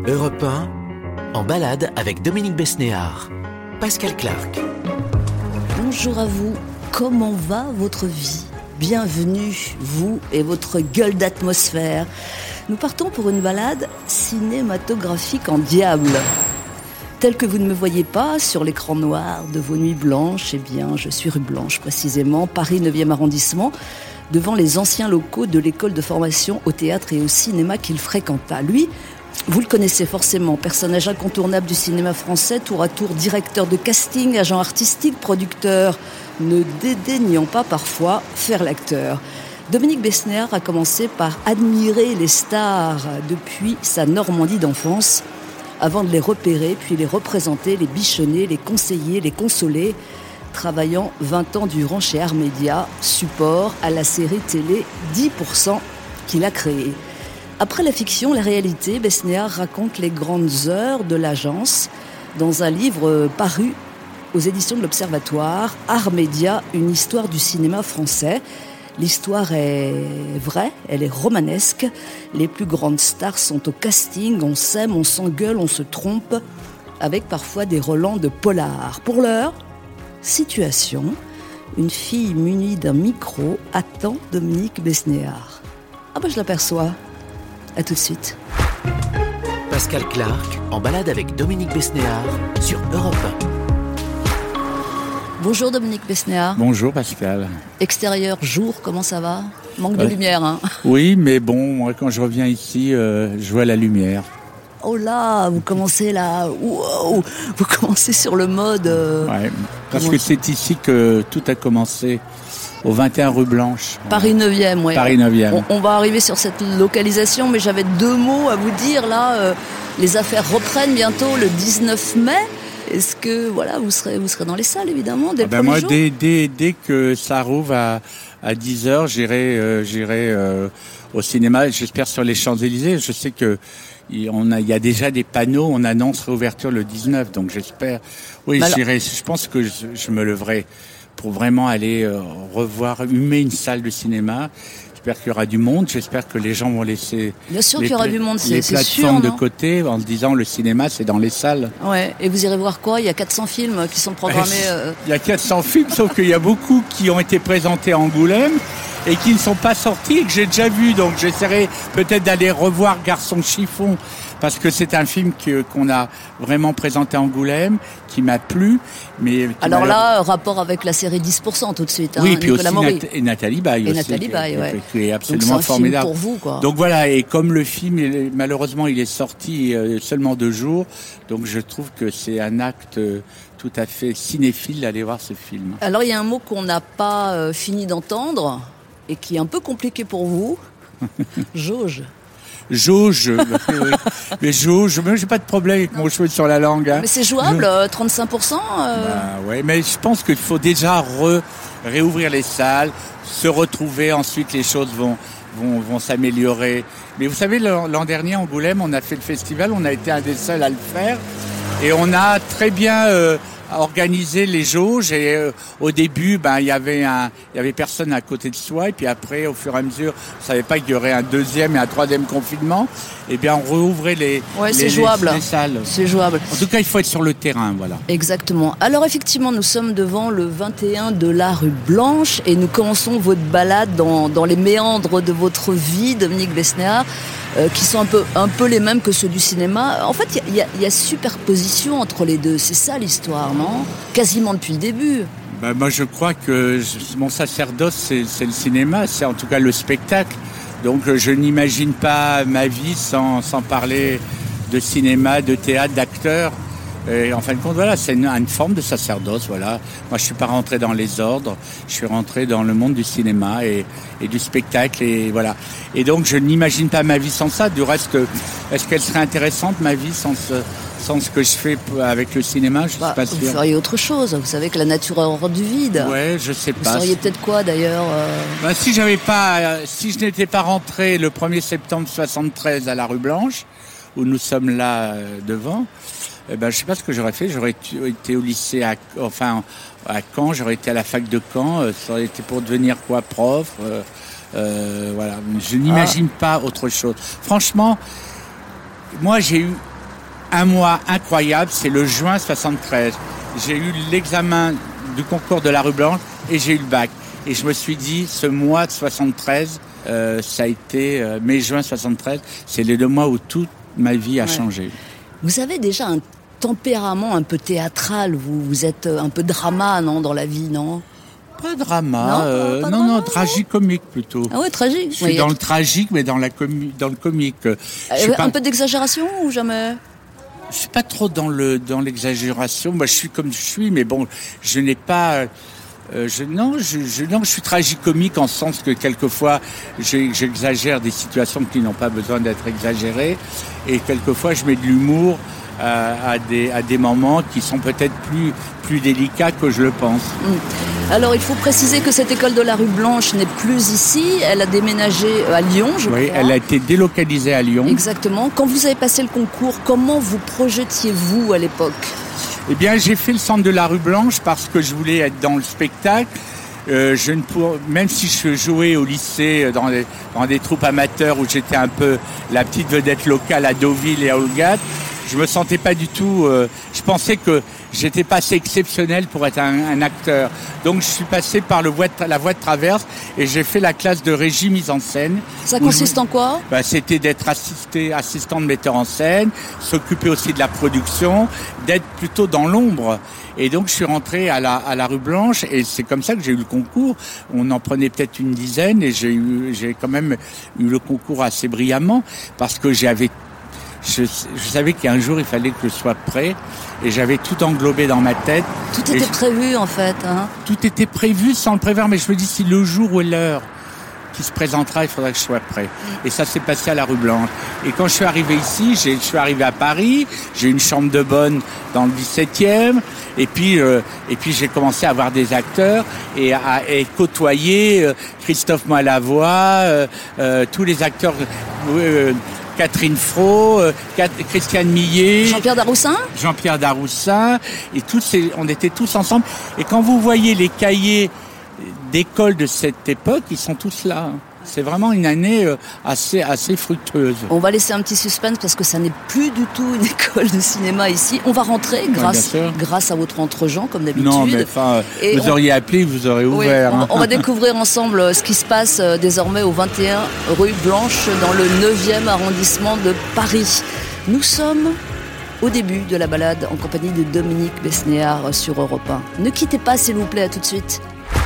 Europe 1, en balade avec Dominique Besnéard. Pascal Clark. Bonjour à vous, comment va votre vie ? Bienvenue, vous et votre gueule d'atmosphère. Nous partons pour une balade cinématographique en diable. Tel que vous ne me voyez pas sur l'écran noir de vos nuits blanches, eh bien, je suis rue Blanche précisément, Paris 9e arrondissement, devant les anciens locaux de l'école de formation au théâtre et au cinéma qu'il fréquenta. Lui, vous le connaissez forcément, personnage incontournable du cinéma français, tour à tour directeur de casting, agent artistique, producteur, ne dédaignant pas parfois faire l'acteur. Dominique Besnéard a commencé par admirer les stars depuis sa Normandie d'enfance, avant de les repérer, puis les représenter, les bichonner, les conseiller, les consoler, travaillant 20 ans durant chez Art Média, support à la série télé 10% qu'il a créée. Après la fiction, la réalité, Besnéard raconte les grandes heures de l'agence dans un livre paru aux éditions de l'Observatoire, Art Média, une histoire du cinéma français. L'histoire est vraie, elle est romanesque. Les plus grandes stars sont au casting, on s'aime, on s'engueule, on se trompe, avec parfois des relents de polar. Pour l'heure, situation, une fille munie d'un micro attend Dominique Besnéard. Ah ben je l'aperçois. À tout de suite. Pascal Clark, en balade avec Dominique Besnéard sur Europe 1. Bonjour Dominique Besnéard. Bonjour Pascal. Extérieur, jour, comment ça va ? Manque de lumière, hein ? Oui, mais bon, moi quand je reviens ici, je vois la lumière. Oh là, vous commencez là, wow, vous commencez sur le mode... Ouais, parce que c'est ici que tout a commencé, au 21 rue Blanche. Paris 9e, ouais. Paris 9e. On va arriver sur cette localisation, mais j'avais 2 mots à vous dire là. Les affaires reprennent bientôt le 19 mai. Est-ce que voilà, vous serez dans les salles évidemment dès le premier moi, jour ? dès que ça rouvre à 10h, j'irai au cinéma. J'espère sur les Champs-Élysées. Je sais que il y a déjà des panneaux. On annonce réouverture le 19, donc j'espère. Oui, j'irai. Je pense que je me leverai pour vraiment aller humer une salle de cinéma. J'espère qu'il y aura du monde. J'espère que les gens vont laisser bien sûr qu'il y aura du monde, les c'est plateformes sûr, de côté en se disant le cinéma c'est dans les salles. Ouais. Et vous irez voir quoi ? Il y a 400 films qui sont programmés. Il y a 400 films, sauf qu'il y a beaucoup qui ont été présentés à Angoulême et qui ne sont pas sortis et que j'ai déjà vus. Donc j'essaierai peut-être d'aller revoir Garçon chiffon parce que c'est un film qu'on a vraiment présenté à Angoulême, qui m'a plu. Mais alors là, rapport avec la série 10% tout de suite. Oui, puis Nicolas aussi Nathalie Baye. Qui est absolument formidable. Film pour vous, quoi. Donc voilà, et comme le film, malheureusement, il est sorti seulement 2 jours, donc je trouve que c'est un acte tout à fait cinéphile d'aller voir ce film. Alors il y a un mot qu'on n'a pas fini d'entendre et qui est un peu compliqué pour vous. Jauge. Jauge, mais jauge, même j'ai pas de problème avec mon cheveu sur la langue. Hein. Mais c'est jouable, 35%. Ouais, mais je pense qu'il faut déjà réouvrir les salles, se retrouver, ensuite les choses vont s'améliorer. Mais vous savez, l'an dernier, à Angoulême, on a fait le festival, on a été un des seuls à le faire, et on a très bien organisé les jauges. Et au début, il y avait personne à côté de soi, et puis après, au fur et à mesure, on savait pas qu'il y aurait un 2e et un 3e confinement. Et bien, on rouvrait les salles. C'est jouable. En tout cas, il faut être sur le terrain, voilà. Exactement. Alors effectivement, nous sommes devant le 21 de la rue Blanche et nous commençons votre balade dans les méandres de votre vie, Dominique Besnéard, qui sont un peu les mêmes que ceux du cinéma. En fait, il y a superposition entre les deux. C'est ça l'histoire, non ? Quasiment depuis le début. Moi, je crois que mon sacerdoce, c'est le cinéma, c'est en tout cas le spectacle. Donc, je n'imagine pas ma vie sans parler de cinéma, de théâtre, d'acteur. Et en fin de compte, voilà, c'est une forme de sacerdoce, voilà. Moi, je suis pas rentré dans les ordres, je suis rentré dans le monde du cinéma et du spectacle, et voilà. Et donc, je n'imagine pas ma vie sans ça. Du reste, est-ce qu'elle serait intéressante, ma vie, sans ce que je fais avec le cinéma? Je suis pas sûr. Vous feriez autre chose. Vous savez que la nature a horreur du vide. Ouais, je sais pas. Vous seriez peut-être quoi, d'ailleurs si je n'étais pas rentré le 1er septembre 73 à la rue Blanche, où nous sommes là devant, je sais pas ce que j'aurais fait. J'aurais été au lycée à Caen, j'aurais été à la fac de Caen, ça aurait été pour devenir quoi, prof, voilà. Je n'imagine pas autre chose. Franchement, moi j'ai eu un mois incroyable, c'est le juin 73. J'ai eu l'examen du concours de la rue Blanche et j'ai eu le bac. Et je me suis dit, ce mois de 73, ça a été mai-juin 73, c'est les 2 mois où toute ma vie a changé. Vous avez déjà un tempérament un peu théâtral, vous êtes un peu drama, non, dans la vie, non? Pas drama, non, tragicomique plutôt. Ah ouais, tragique. Je suis dans le tragique, mais dans le comique. Un peu d'exagération ou jamais? Je suis pas trop dans l'exagération. Moi, je suis comme je suis, mais bon, je n'ai pas. Je suis tragicomique en sens que quelquefois j'exagère des situations qui n'ont pas besoin d'être exagérées, et quelquefois je mets de l'humour à des moments qui sont peut-être plus délicats que je le pense. Alors il faut préciser que cette école de la rue Blanche n'est plus ici, elle a déménagé à Lyon, je crois. Oui, elle a été délocalisée à Lyon. Exactement. Quand vous avez passé le concours, comment vous projetiez-vous à l'époque? Eh bien, j'ai fait le centre de la rue Blanche parce que je voulais être dans le spectacle. Même si je jouais au lycée dans des troupes amateurs où j'étais un peu la petite vedette locale à Deauville et à Olgate, je me sentais pas du tout. Je pensais que j'étais pas assez exceptionnel pour être un acteur. Donc je suis passé par la voie de traverse et j'ai fait la classe de régie mise en scène. Ça consiste en quoi? C'était d'être assistant de metteur en scène, s'occuper aussi de la production, d'être plutôt dans l'ombre. Et donc je suis rentré à la rue Blanche et c'est comme ça que j'ai eu le concours. On en prenait peut-être une dizaine et j'ai quand même eu le concours assez brillamment parce que je savais qu'un jour il fallait que je sois prêt et j'avais tout englobé dans ma tête. Tout était prévu en fait, hein? Tout était prévu sans le prévoir, mais je me dis si le jour ou l'heure qui se présentera, il faudra que je sois prêt. Et ça s'est passé à la rue Blanche. Et quand je suis arrivé ici, je suis arrivé à Paris, j'ai une chambre de bonne dans le 17e, et puis j'ai commencé à voir des acteurs et à côtoyer Christophe Malavoie, tous les acteurs. Catherine Fro, Christiane Millet, Jean-Pierre Daroussin, et on était tous ensemble. Et quand vous voyez les cahiers d'école de cette époque, ils sont tous là. C'est vraiment une année assez fructueuse. On va laisser un petit suspense parce que ça n'est plus du tout une école de cinéma ici. On va rentrer grâce à votre entre-gens, comme d'habitude. Non, mais vous auriez appelé, vous aurez ouvert. Oui, on va découvrir ensemble ce qui se passe désormais au 21 rue Blanche, dans le 9e arrondissement de Paris. Nous sommes au début de la balade en compagnie de Dominique Besnéard sur Europe 1. Ne quittez pas, s'il vous plaît, à tout de suite.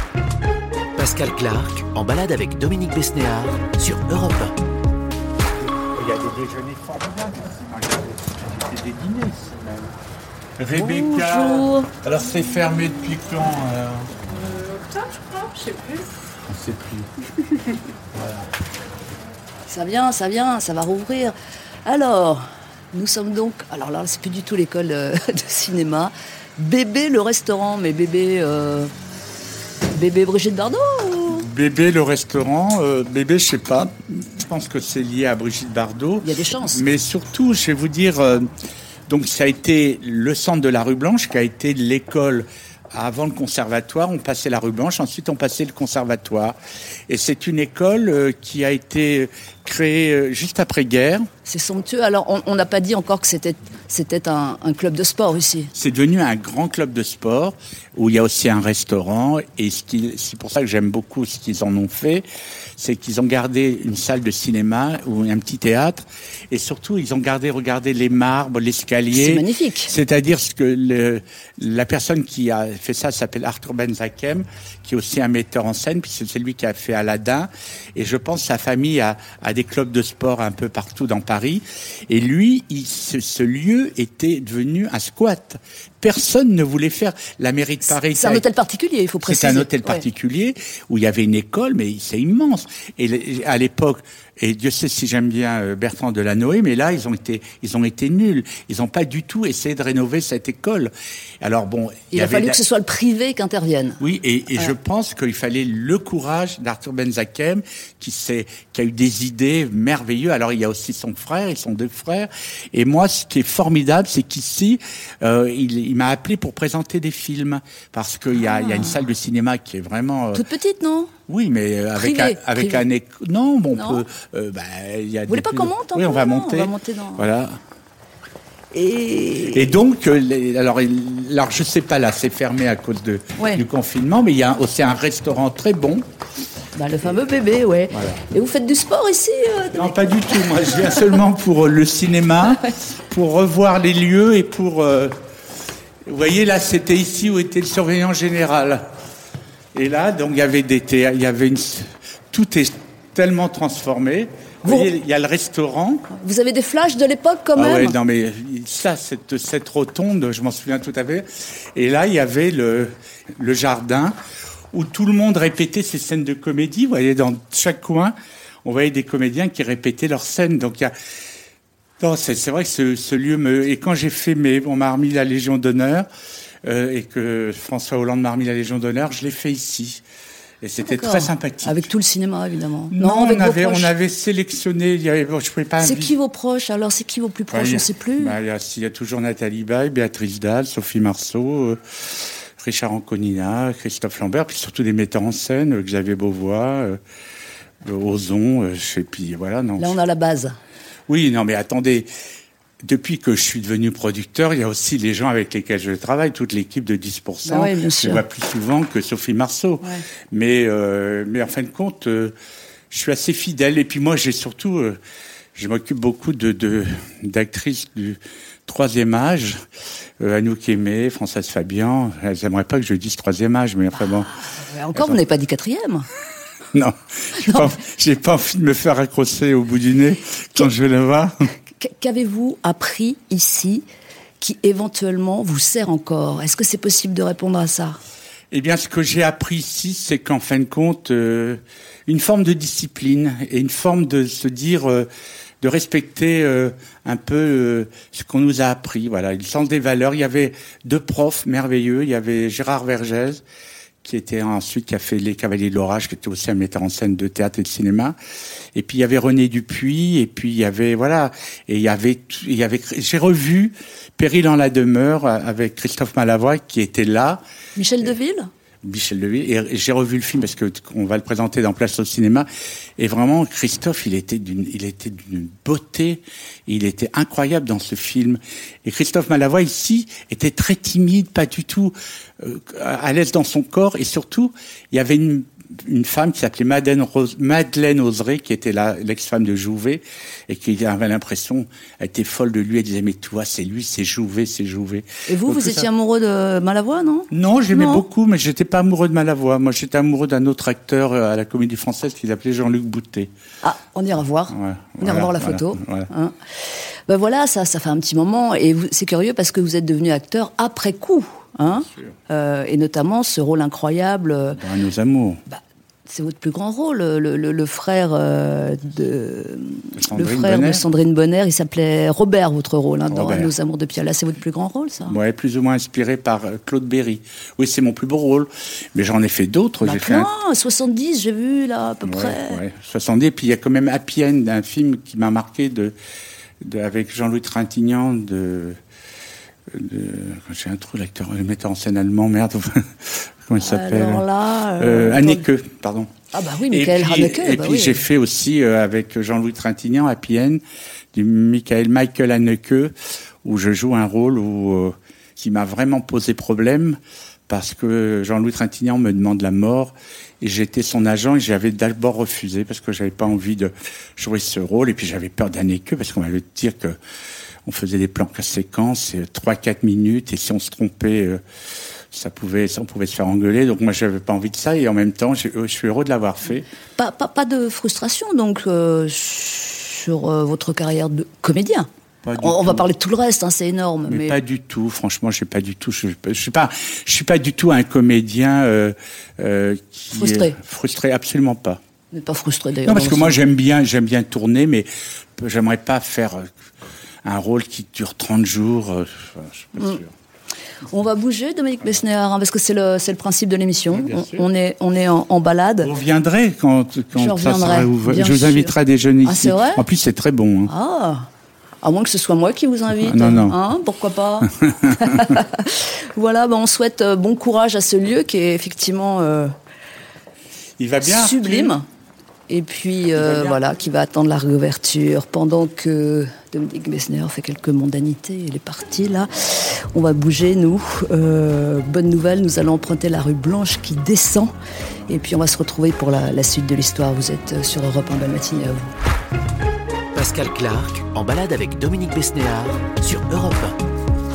Pascal Clark, en balade avec Dominique Besnéard sur Europe 1. Il y a des déjeuners formidables. C'était des dîners ici même. Rebecca. Bonjour. Alors c'est fermé depuis quand Ça, je crois, je sais plus. On sait plus. Voilà. Ça va rouvrir. Alors, nous sommes donc... Alors là, c'est plus du tout l'école de cinéma. Bébé le restaurant, mais bébé Brigitte Bardot ou... Bébé le restaurant, bébé je sais pas. Je pense que c'est lié à Brigitte Bardot. Il y a des chances. Mais surtout, je vais vous dire, donc ça a été le centre de la rue Blanche qui a été l'école. Avant le conservatoire, on passait la rue Blanche, ensuite on passait le conservatoire. Et c'est une école qui a été créée juste après-guerre. C'est somptueux. Alors, on n'a pas dit encore que c'était un club de sport ici. C'est devenu un grand club de sport où il y a aussi un restaurant. Et c'est pour ça que j'aime beaucoup ce qu'ils en ont fait. C'est qu'ils ont gardé une salle de cinéma ou un petit théâtre. Et surtout, ils ont regardez les marbres, l'escalier. C'est magnifique. C'est-à-dire que la personne qui a fait ça s'appelle Arthur Benzakem, qui est aussi un metteur en scène, puisque c'est lui qui a fait Aladdin. Et je pense que sa famille a des clubs de sport un peu partout dans Paris. Et lui, ce lieu était devenu un squat. Personne ne voulait faire la mairie de Paris. C'est un hôtel particulier, il faut préciser. C'est un hôtel particulier où il y avait une école, mais c'est immense. Et à l'époque, et Dieu sait si j'aime bien Bertrand Delanoë, mais là, ils ont été nuls. Ils n'ont pas du tout essayé de rénover cette école. Alors bon, il a fallu que ce soit le privé qui intervienne. Oui, et je pense qu'il fallait le courage d'Arthur Benzakem, qui a eu des idées merveilleuses. Alors il y a aussi son frère, ils sont 2 frères. Et moi, ce qui est formidable, c'est qu'ici, il m'a appelé pour présenter des films, parce qu'il y a une salle de cinéma qui est vraiment toute petite, non? Oui, mais avec un non, bon, non. il y a. Vous voulez pas qu'on monte? Oui, on va monter. On va monter dans. Voilà. Et donc, alors je sais pas, là, c'est fermé à cause du confinement, mais il y a aussi un restaurant très bon. Le fameux bébé, ouais. Voilà. Et vous faites du sport ici Non, pas du tout. Moi, je viens seulement pour le cinéma, pour revoir les lieux et pour... Vous voyez, là, c'était ici où était le surveillant général. Et là, donc, il y avait des théâtres, tout est tellement transformé. Vous voyez, il y a le restaurant. Vous avez des flashs de l'époque, quand même? Ouais, non, mais ça, cette rotonde, je m'en souviens tout à fait. Et là, il y avait le jardin où tout le monde répétait ses scènes de comédie. Vous voyez, dans chaque coin, on voyait des comédiens qui répétaient leurs scènes. Donc, non, c'est vrai que ce lieu et quand j'ai fait on m'a remis la Légion d'honneur, et que François Hollande m'a remis la Légion d'honneur, je l'ai fait ici. Et c'était très sympathique. Avec tout le cinéma, évidemment. Non, on avait sélectionné. Je pouvais pas. C'est qui vos proches? Alors, c'est qui vos plus proches? On ne sait plus. Il y a toujours Nathalie Baye, Béatrice Dalle, Sophie Marceau, Richard Anconina, Christophe Lambert, puis surtout des metteurs en scène, Xavier Beauvois, Ozon, et puis voilà. Non. Là, on a la base. Oui, non, mais attendez. Depuis que je suis devenu producteur, il y a aussi les gens avec lesquels je travaille, toute l'équipe de 10%. Oui, bien sûr. Je vois plus souvent que Sophie Marceau. Ouais. Mais en fin de compte, je suis assez fidèle. Et puis moi, j'ai surtout, je m'occupe beaucoup d'actrices du troisième âge. Anouk Aimé, Françoise Fabian. Elles n'aimeraient pas que je dise troisième âge, mais enfin bon. Encore, vous n'avez pas dit quatrième. Non, j'ai pas envie de me faire raccrocher au bout du nez quand je vais le voir. Qu'avez-vous appris ici qui éventuellement vous sert encore? Est-ce que c'est possible de répondre à ça? Eh bien, ce que j'ai appris ici, c'est qu'en fin de compte, une forme de discipline et une forme de se dire, de respecter un peu ce qu'on nous a appris. Voilà, le sens des valeurs. Il y avait 2 profs merveilleux. Il y avait Gérard Vergès, qui a fait Les Cavaliers de l'Orage, qui était aussi un metteur en scène de théâtre et de cinéma. Et puis il y avait René Dupuis, et puis il y avait j'ai revu Péril en la demeure avec Christophe Malavoie qui était là. Michel Deville. Et j'ai revu le film parce que on va le présenter dans Place au cinéma. Et vraiment, Christophe, il était d'une beauté. Il était incroyable dans ce film. Et Christophe Malavoie, ici, était très timide, pas du tout à l'aise dans son corps. Et surtout, il y avait une femme qui s'appelait Madeleine Oseret, qui était l'ex-femme de Jouvet, et qui avait l'impression, elle était folle de lui, elle disait, mais toi, c'est lui, c'est Jouvet. Et vous étiez amoureux de Malavoie, non? Non, j'aimais beaucoup, mais j'étais pas amoureux de Malavoie. Moi, j'étais amoureux d'un autre acteur à la Comédie Française qui s'appelait Jean-Luc Boutet. Ah, on ira voir. Ouais, on ira voir la photo. Voilà. Hein. Ben voilà, ça fait un petit moment, et c'est curieux parce que vous êtes devenu acteur après coup. Hein, et notamment ce rôle incroyable. Dans Nos Amours. C'est votre plus grand rôle, le frère de Sandrine Bonner. Il s'appelait Robert, votre rôle, dans Nos Amours de Pierre. Là, c'est votre plus grand rôle, ça? Ouais, plus ou moins inspiré par Claude Berry. Oui, c'est mon plus beau rôle, mais j'en ai fait d'autres. J'ai fait 70, j'ai vu là à peu près. Ouais, 70. Et puis il y a quand même Happy End, un film qui m'a marqué avec Jean-Louis Trintignant j'ai un trou, l'acteur, le metteur en scène allemand, merde, comment il s'appelle? Alors là, Haneke, pardon. Ah bah oui, Michael Haneke. Et puis j'ai fait aussi avec Jean-Louis Trintignant, Happy End, du Michael Haneke, où je joue un rôle qui m'a vraiment posé problème, parce que Jean-Louis Trintignant me demande la mort, et j'étais son agent, et j'avais d'abord refusé, parce que j'avais pas envie de jouer ce rôle, et puis j'avais peur d'Haneke, parce qu'on m'avait dit que on faisait des plans à séquence, 3-4 minutes, et si on se trompait, on pouvait se faire engueuler. Donc moi, j'avais pas envie de ça, et en même temps, je suis heureux de l'avoir fait. Pas de frustration, donc, sur votre carrière de comédien? On va parler de tout le reste, c'est énorme. Mais pas du tout, franchement, je suis pas du tout un comédien qui frustré. Frustré, absolument pas. Vous n'êtes pas frustré d'ailleurs? Non, parce que moi, j'aime bien tourner, mais j'aimerais pas faire un rôle qui dure 30 jours, je suis pas sûr. On va bouger, Dominique Besnéard, parce que c'est le principe de l'émission. On est en balade. Vous reviendrez quand ça sera ouvert. Je vous inviterai à déjeuner ici. C'est vrai? En plus, c'est très bon. À moins que ce soit moi qui vous invite. Non. Pourquoi pas? Voilà, on souhaite bon courage à ce lieu qui est effectivement il va bien, sublime. Et puis, voilà, qui va attendre la réouverture pendant que Dominique Besnéard fait quelques mondanités, il est parti là. On va bouger, nous. Bonne nouvelle, nous allons emprunter la rue Blanche qui descend. Et puis on va se retrouver pour la suite de l'histoire. Vous êtes sur Europe 1, belle matinée à vous. Pascal Clark en balade avec Dominique Besnéard sur Europe 1.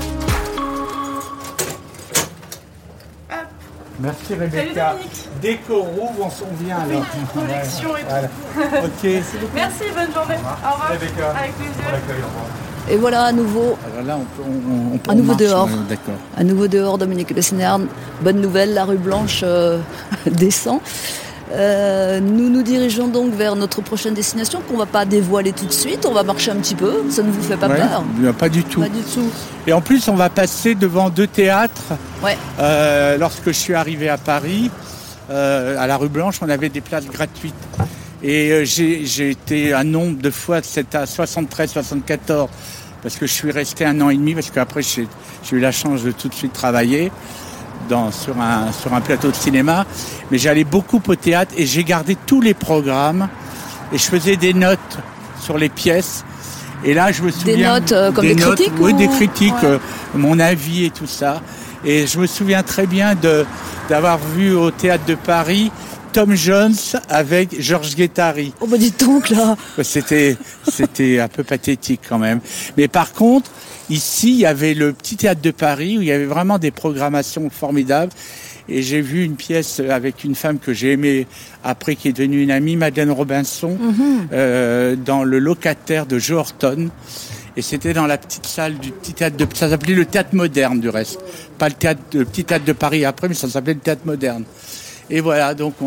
Merci Rebecca. Dès qu'on rouvre, on vient alors. Oui, collection et tout. Voilà. Ok. Merci, bonne journée. Au revoir. Rebecca. Avec plaisir. Et voilà à nouveau. Alors là, on À nouveau marche, dehors. D'accord. À nouveau dehors, Dominique Besnéard. Bonne nouvelle, la rue Blanche descend. Nous dirigeons donc vers notre prochaine destination qu'on ne va pas dévoiler tout de suite. On va marcher un petit peu. Ça ne vous fait pas peur? Pas du tout. Pas du tout. Et en plus, on va passer devant 2 théâtres. Ouais. Lorsque je suis arrivé à Paris, à la rue Blanche, on avait des places gratuites. Et j'ai été un nombre de fois, c'était à 73, 74, parce que je suis resté 1 an et demi, parce qu'après j'ai eu la chance de tout de suite travailler sur un plateau de cinéma. Mais j'allais beaucoup au théâtre et j'ai gardé tous les programmes et je faisais des notes sur les pièces. Et là, je me souviens... Des notes comme des critiques? Oui, des critiques, ouais. Mon avis et tout ça. Et je me souviens très bien d'avoir vu au Théâtre de Paris Tom Jones avec Georges Guettari. Oh bah dites donc là. C'était un peu pathétique quand même. Mais par contre, ici, il y avait le Petit Théâtre de Paris où il y avait vraiment des programmations formidables. Et j'ai vu une pièce avec une femme que j'ai aimée après, qui est devenue une amie, Madeleine Robinson, dans Le Locataire de Joe Horton. Et c'était dans la petite salle du Petit Théâtre de... Ça s'appelait le Théâtre Moderne, du reste. Pas le Petit Théâtre de Paris après, mais ça s'appelait le Théâtre Moderne. Et voilà, donc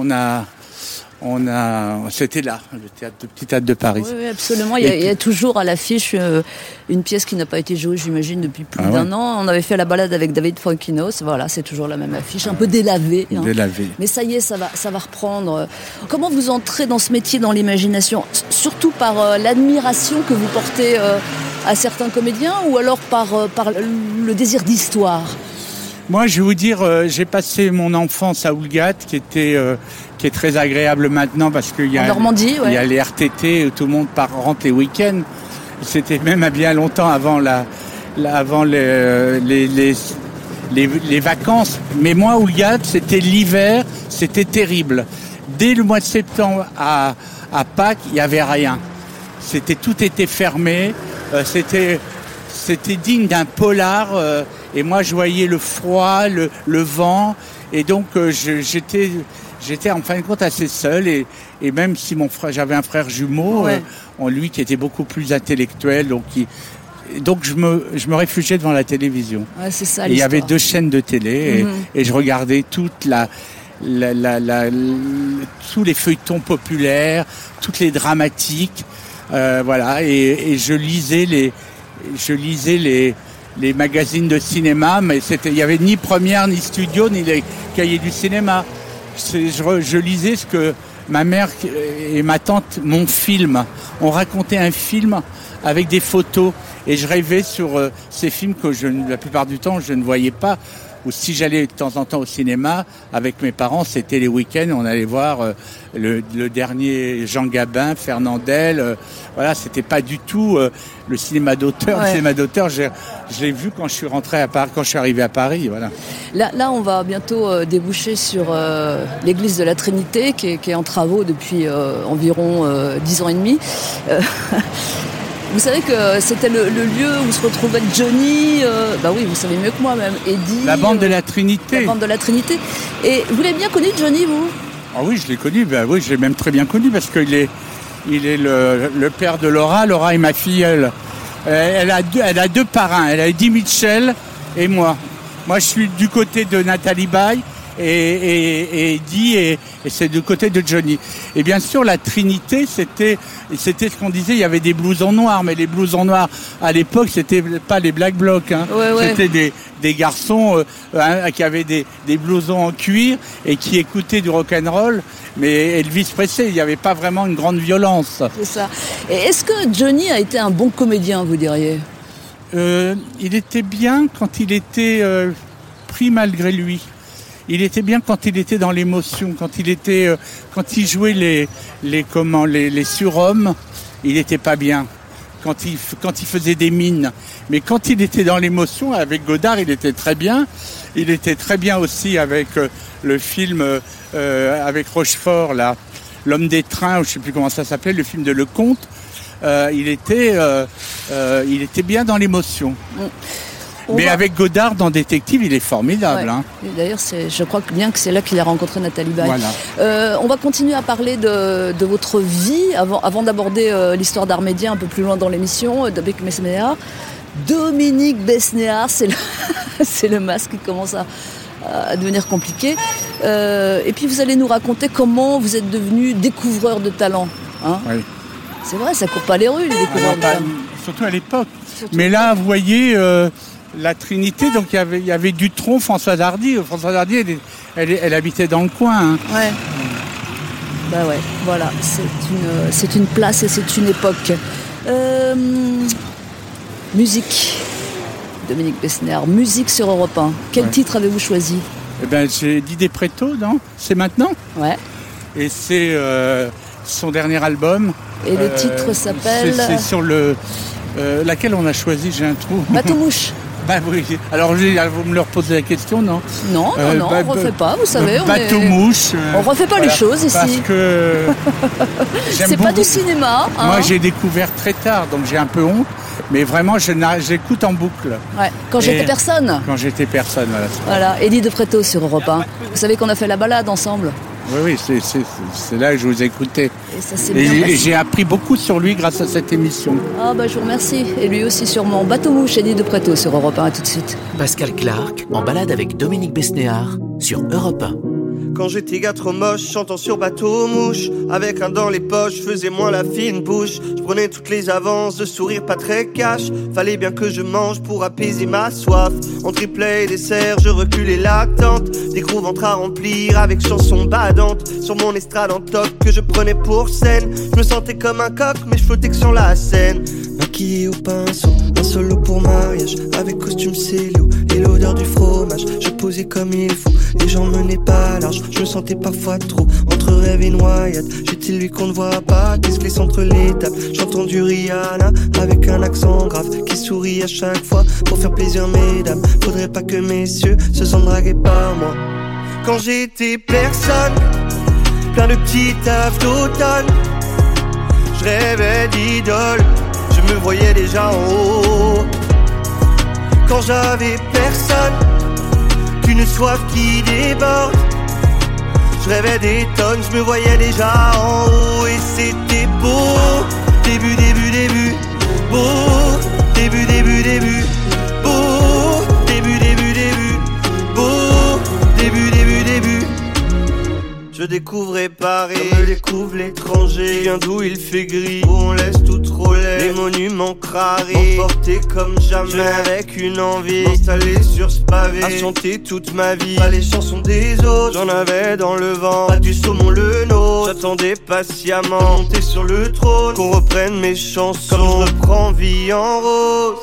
c'était là, le Petit Théâtre de Paris. Oui, absolument. Il y a toujours à l'affiche une pièce qui n'a pas été jouée, j'imagine, depuis plus d'un an. On avait fait la balade avec David Frankinos. Voilà, c'est toujours la même affiche, un peu délavée. Délavée. Mais ça y est, ça va reprendre. Comment vous entrez dans ce métier, dans l'imagination? Surtout par l'admiration que vous portez à certains comédiens, ou alors par le désir d'histoire? Moi, je vais vous dire, j'ai passé mon enfance à Oulgat, qui est très agréable maintenant parce qu'il y a, Normandie, il y a les RTT, où tout le monde rentre les week-ends. C'était même à bien longtemps avant les vacances. Mais moi, Oulgat, c'était l'hiver, c'était terrible. Dès le mois de septembre à Pâques, il n'y avait rien. Tout était fermé. C'était digne d'un polar. Et moi, je voyais le froid, le vent. Et donc, j'étais en fin de compte assez seul. Et même si j'avais un frère jumeau, lui qui était beaucoup plus intellectuel. Donc je me réfugiais devant la télévision. Ouais, c'est ça, et il y avait 2 chaînes de télé. Et je regardais toute tous les feuilletons populaires, toutes les dramatiques. Voilà. Et je lisais les magazines de cinéma, mais il y avait ni Première, ni Studio, ni les cahiers du cinéma. Je lisais ce que ma mère et ma tante m'ont filmé. On racontait un film avec des photos et je rêvais sur ces films que la plupart du temps je ne voyais pas. Ou si j'allais de temps en temps au cinéma avec mes parents, c'était les week-ends, on allait voir le dernier Jean Gabin, Fernandel. Voilà, c'était pas du tout le cinéma d'auteur. Ouais. Le cinéma d'auteur, je l'ai vu quand je suis rentré à Paris, quand je suis arrivé à Paris. Voilà. Là, on va bientôt déboucher sur l'église de la Trinité, qui est en travaux depuis environ 10 ans et demi. Vous savez que c'était le lieu où se retrouvait Johnny, bah oui, vous savez mieux que moi même, Eddie. La bande de la Trinité. La bande de la Trinité. Et vous l'avez bien connu, Johnny, vous? Ah oui, je l'ai connu, oui, je l'ai même très bien connu parce qu'il est le père de Laura. Laura est ma filleule. Elle a 2 parrains, elle a Eddie Mitchell et moi. Moi, je suis du côté de Nathalie Baye et Eddie et c'est du côté de Johnny. Et bien sûr, la Trinité, c'était ce qu'on disait, il y avait des blousons noirs, mais les blousons noirs, à l'époque, c'était pas les Black Blocs, hein. Ouais. C'était des garçons qui avaient des blousons en cuir et qui écoutaient du rock'n'roll, mais Elvis Presley, il n'y avait pas vraiment une grande violence. C'est ça. Et est-ce que Johnny a été un bon comédien, vous diriez? Il était bien quand il était pris malgré lui. Il était bien quand il était dans l'émotion, quand il jouait les surhommes, il n'était pas bien. quand il faisait des mines. Mais quand il était dans l'émotion, avec Godard, il était très bien. Il était très bien aussi avec le film avec Rochefort, là, L'homme des trains, ou je sais plus comment ça s'appelait, le film de Lecomte. Il était bien dans l'émotion. Mais avec Godard, dans Détective, il est formidable. Ouais. Hein. Et d'ailleurs, je crois bien que c'est là qu'il a rencontré Nathalie Baye. Voilà. On va continuer à parler de votre vie avant d'aborder l'histoire d'Armédien un peu plus loin dans l'émission, avec Besnéard. Dominique Besnéard, c'est le masque qui commence à devenir compliqué. Et puis vous allez nous raconter comment vous êtes devenu découvreur de talent. Hein. Oui. C'est vrai, ça court pas les rues, les découvreurs de talent. Surtout à l'époque. Mais là, vous voyez, la Trinité, donc il y avait Dutronc, Françoise Hardy. Françoise Hardy, elle habitait dans le coin. Hein. Ouais. Bah ouais, voilà, c'est une place et c'est une époque. Musique, Dominique Besnéard, musique sur Europe 1. Quel titre avez-vous choisi ? Eh ben, j'ai dit des Prétos, non ? C'est maintenant ? Ouais. Et c'est son dernier album. Et le titre s'appelle... C'est sur laquelle on a choisi, j'ai un trou. Bateau-mouche. Bah oui. Alors, vous me leur posez la question, non ? Non, on refait pas, vous savez. Bateau-mouche. On refait pas les choses ici. Parce que... c'est pas du cinéma. Hein. Moi, j'ai découvert très tard, donc j'ai un peu honte. Mais vraiment, j'écoute en boucle. Ouais. Quand j'étais personne. Quand j'étais personne, voilà. Voilà, Eddie de Préto sur Europe 1. Vous savez qu'on a fait la balade ensemble. Oui, c'est là que je vous ai écouté. Et ça s'est bien passé. Et j'ai appris beaucoup sur lui grâce à cette émission. Ah bah je vous remercie. Et lui aussi sûrement. Bateau-mouche, Eddie de Préto sur Europe 1. À tout de suite. Pascal Clark en balade avec Dominique Besnéard sur Europe 1. Quand j'étais gars trop moche, chantant sur bateau-mouche, avec un dans les poches, je faisais moins la fine bouche. Je prenais toutes les avances, de sourire pas très cash. Fallait bien que je mange pour apaiser ma soif. En triplet et dessert, je reculais l'attente. Des grooves entre à remplir avec chansons badantes. Sur mon estrade en toc que je prenais pour scène. Je me sentais comme un coq, mais je flottais que sur la scène. Maquillé au pinceau, un solo pour mariage, avec costume Célio et l'odeur du fromage. Je posais comme il faut, les gens menaient pas large. Je me sentais parfois trop entre rêve et noyade. J'étais lui qu'on ne voit pas, qui se glisse entre les tables. J'entends du Rihanna avec un accent grave, qui sourit à chaque fois pour faire plaisir mesdames. Faudrait pas que messieurs se sentent dragués par moi. Quand j'étais personne, plein de petits tafs d'automne, je rêvais d'idole, je me voyais déjà en haut. Quand j'avais personne, qu'une soif qui déborde, je rêvais des tonnes, je me voyais déjà en haut. Et c'était beau, début, beau, début, beau, début, beau, début. Je découvrais Paris, je me découvre l'étranger. Je viens d'où il fait gris, où on laisse tout troller. Les monuments crarés, emportés comme jamais. Je n'avais qu'une envie, installé sur ce pavé, à chanter toute ma vie. Pas les chansons des autres, j'en avais dans le vent. Pas du saumon le nôtre, j'attendais patiemment monter sur le trône, qu'on reprenne mes chansons comme je reprends Vie en rose.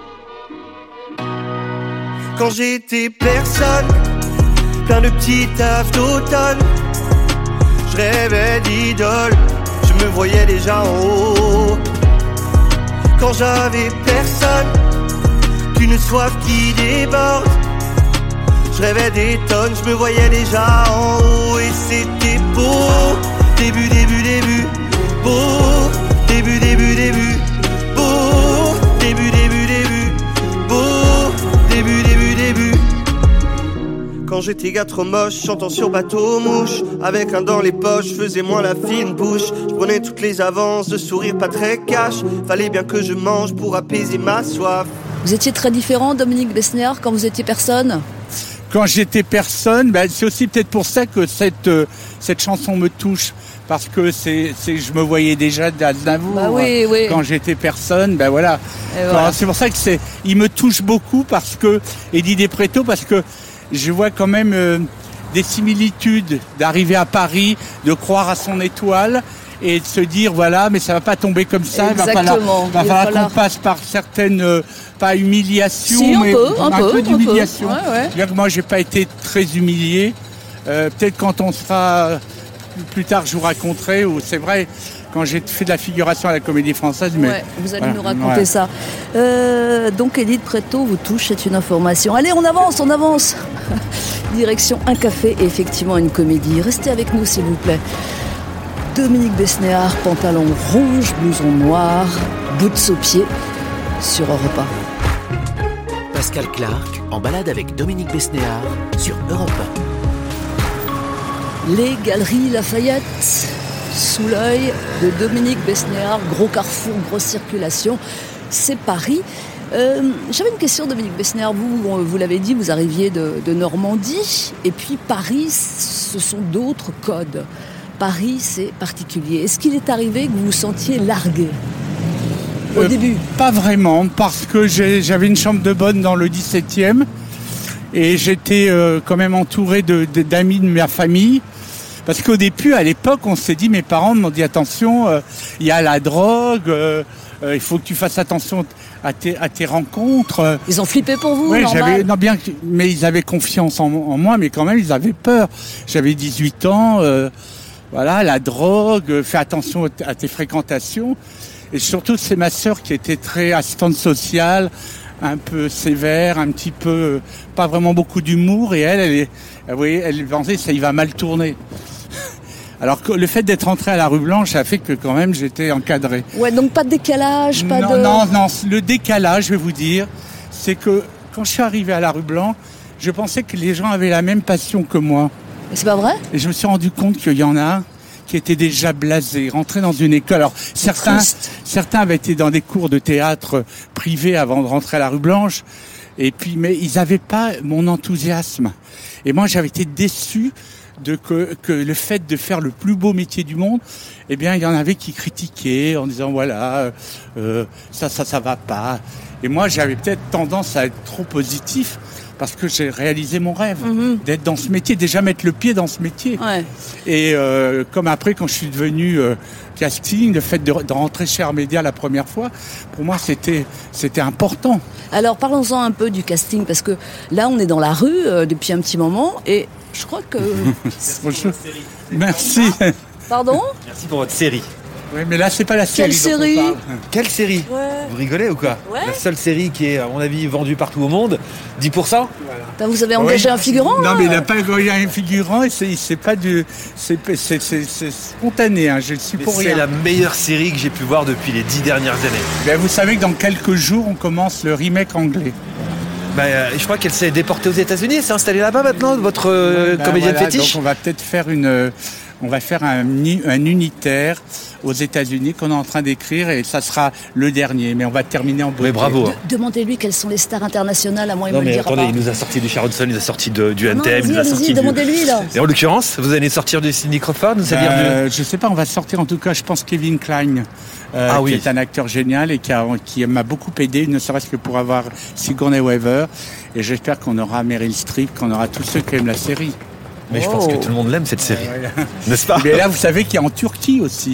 Quand j'étais personne, plein de petits tafs d'automne, je rêvais d'idole, je me voyais déjà en haut. Quand j'avais personne, qu'une soif qui déborde, je rêvais des tonnes, je me voyais déjà en haut. Et c'était beau, début, beau, début, beau, début, beau, début. Quand j'étais gars trop moche, chantant sur bateau-mouche, avec un dans les poches, je faisais moins la fine bouche. Je prenais toutes les avances, de sourire pas très cash. Fallait bien que je mange pour apaiser ma soif. Vous étiez très différent, Dominique Besnéard, quand vous étiez personne ? Quand j'étais personne, c'est aussi peut-être pour ça que cette chanson me touche. Parce que je me voyais déjà d'Aznavour. Bah oui. Quand j'étais personne, voilà. Voilà. C'est pour ça que il me touche beaucoup parce que, Eddie de Préto, parce que je vois quand même des similitudes d'arriver à Paris, de croire à son étoile et de se dire voilà, mais ça va pas tomber comme ça. Exactement. Il va falloir qu'on passe par certaines, pas humiliations, si, mais un peu d'humiliation. Ouais. C'est-à-dire que moi, j'ai pas été très humilié. Peut-être quand on sera plus tard, je vous raconterai où c'est vrai quand j'ai fait de la figuration à la Comédie Française. Mais Ouais, vous allez nous raconter ça. Donc Édith Préto vous touche, c'est une information. Allez, on avance. Direction un café et effectivement une comédie. Restez avec nous s'il vous plaît. Dominique Besnéard, pantalon rouge, blouson noir, boots aux pieds, sur Europe 1. Pascal Clark en balade avec Dominique Besnéard sur Europe 1. Les Galeries Lafayette, sous l'œil de Dominique Besnéard, gros carrefour, grosse circulation, c'est Paris. J'avais une question, Dominique Besnéard. Vous l'avez dit, vous arriviez de Normandie, et puis Paris, ce sont d'autres codes. Paris, c'est particulier. Est-ce qu'il est arrivé que vous vous sentiez largué au début? Pas vraiment, parce que j'avais une chambre de bonne dans le 17e, et j'étais quand même entouré d'amis de ma famille. Parce qu'au début, à l'époque, on s'est dit, mes parents m'ont dit, attention, il y a la drogue, il faut que tu fasses attention à tes rencontres. Ils ont flippé pour vous, oui, normal. Mais ils avaient confiance en moi, mais quand même, ils avaient peur. J'avais 18 ans, voilà, la drogue, fais attention à tes fréquentations. Et surtout, c'est ma sœur qui était très assistante sociale, un peu sévère, un petit peu, pas vraiment beaucoup d'humour, et elle pensait que ça y va mal tourner. Alors que le fait d'être rentré à la rue Blanche a fait que quand même j'étais encadré. Ouais, donc pas de décalage, Non, le décalage, je vais vous dire, c'est que quand je suis arrivé à la rue Blanche, je pensais que les gens avaient la même passion que moi. Mais c'est pas vrai? Et je me suis rendu compte qu'il y en a qui étaient déjà blasés, rentrés dans une école. Alors certains avaient été dans des cours de théâtre privés avant de rentrer à la rue Blanche, mais ils n'avaient pas mon enthousiasme. Et moi, j'avais été déçu que le fait de faire le plus beau métier du monde, eh bien, il y en avait qui critiquaient en disant voilà, ça va pas. Et moi, j'avais peut-être tendance à être trop positif parce que j'ai réalisé mon rêve d'être dans ce métier, déjà mettre le pied dans ce métier. Ouais. Et comme après, quand je suis devenu casting, le fait de rentrer chez Air Média la première fois, pour moi, c'était important. Alors, parlons-en un peu du casting, parce que là, on est dans la rue depuis un petit moment, et je crois que... Merci. Pardon? Merci pour votre série. Oui, mais là, c'est pas la série. Quelle série? Quelle série? Ouais. Vous rigolez ou quoi? Ouais. La seule série qui est, à mon avis, vendue partout au monde. 10%? Voilà. Vous avez engagé un figurant? Non, mais il n'a pas engagé un figurant, et c'est spontané, hein, je ne suis pour rien. C'est la meilleure série que j'ai pu voir depuis les 10 dernières années. Ben, vous savez que dans quelques jours, on commence le remake anglais. Je crois qu'elle s'est déportée aux États-Unis, elle s'est installée là-bas maintenant, votre comédienne fétiche. Donc on va peut-être faire un unitaire aux États-Unis qu'on est en train d'écrire, et ça sera le dernier, mais on va terminer en beauté. Mais bravo. Demandez-lui quelles sont les stars internationales, à moi il me le dira attendez, pas. il nous a sorti du Sharon Stone, il nous a sorti du Anthem, il nous a sorti demandez-lui là. Et en l'occurrence, vous allez sortir du Sidney Crawford, je sais pas, on va sortir en tout cas, je pense Kevin Kline, qui est un acteur génial et qui m'a beaucoup aidé, ne serait-ce que pour avoir Sigourney Weaver, et j'espère qu'on aura Meryl Streep, qu'on aura tous ceux qui aiment la série. Mais je pense que tout le monde l'aime cette série, n'est-ce pas? Mais là, vous savez qu'il y a en Turquie aussi.